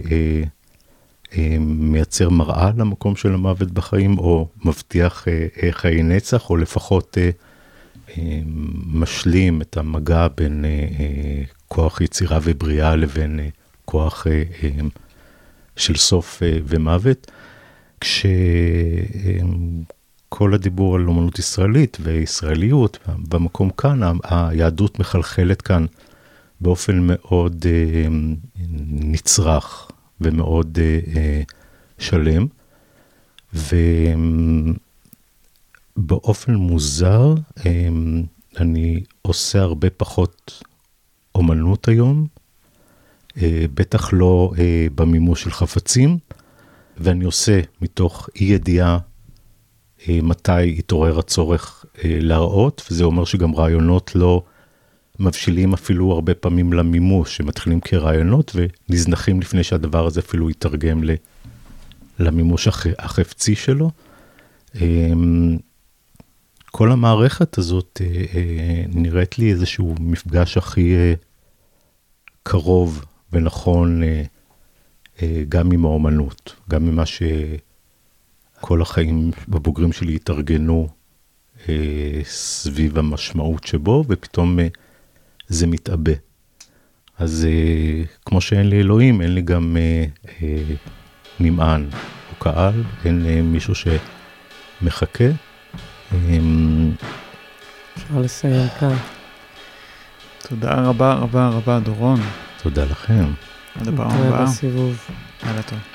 שמייצר מראה למקום של המוות בחיים, או מבטיח חיי נצח, או לפחות משלים את המגע בין כוח יצירה ובריאה לבין כוח של סוף ומוות, כשכל הדיבור על אומנות ישראלית וישראליות, במקום כאן, היהדות מחלחלת כאן באופן מאוד נצרך ומאוד שלם, ובאופן מוזר אני עושה הרבה פחות אומנות היום, בטח לא במימוש של חפצים, ואני עושה מתוך אי ידיעה מתי יתעורר הצורך להראות, וזה אומר שגם רעיונות לא מבשילים אפילו הרבה פעמים למימוש, שמתחילים כרעיונות ונזנחים לפני שהדבר הזה אפילו יתרגם למימוש החפצי שלו. כל המערכת הזאת נראית לי איזשהו מפגש הכי קרוב ונכון גם עם האומנות, גם ממה שכל החיים בבוגרים שלי התארגנו סביב המשמעות שבו, ופתאום זה מתאבא. אז כמו שאין לי אלוהים, אין לי גם נמען או קהל, אין מישהו שמחכה. אפשר לסיים כאן. תודה רבה רבה רבה דורון. תודה לכם. עד הפעם הבאה. בסיבוב. יאללה טוב.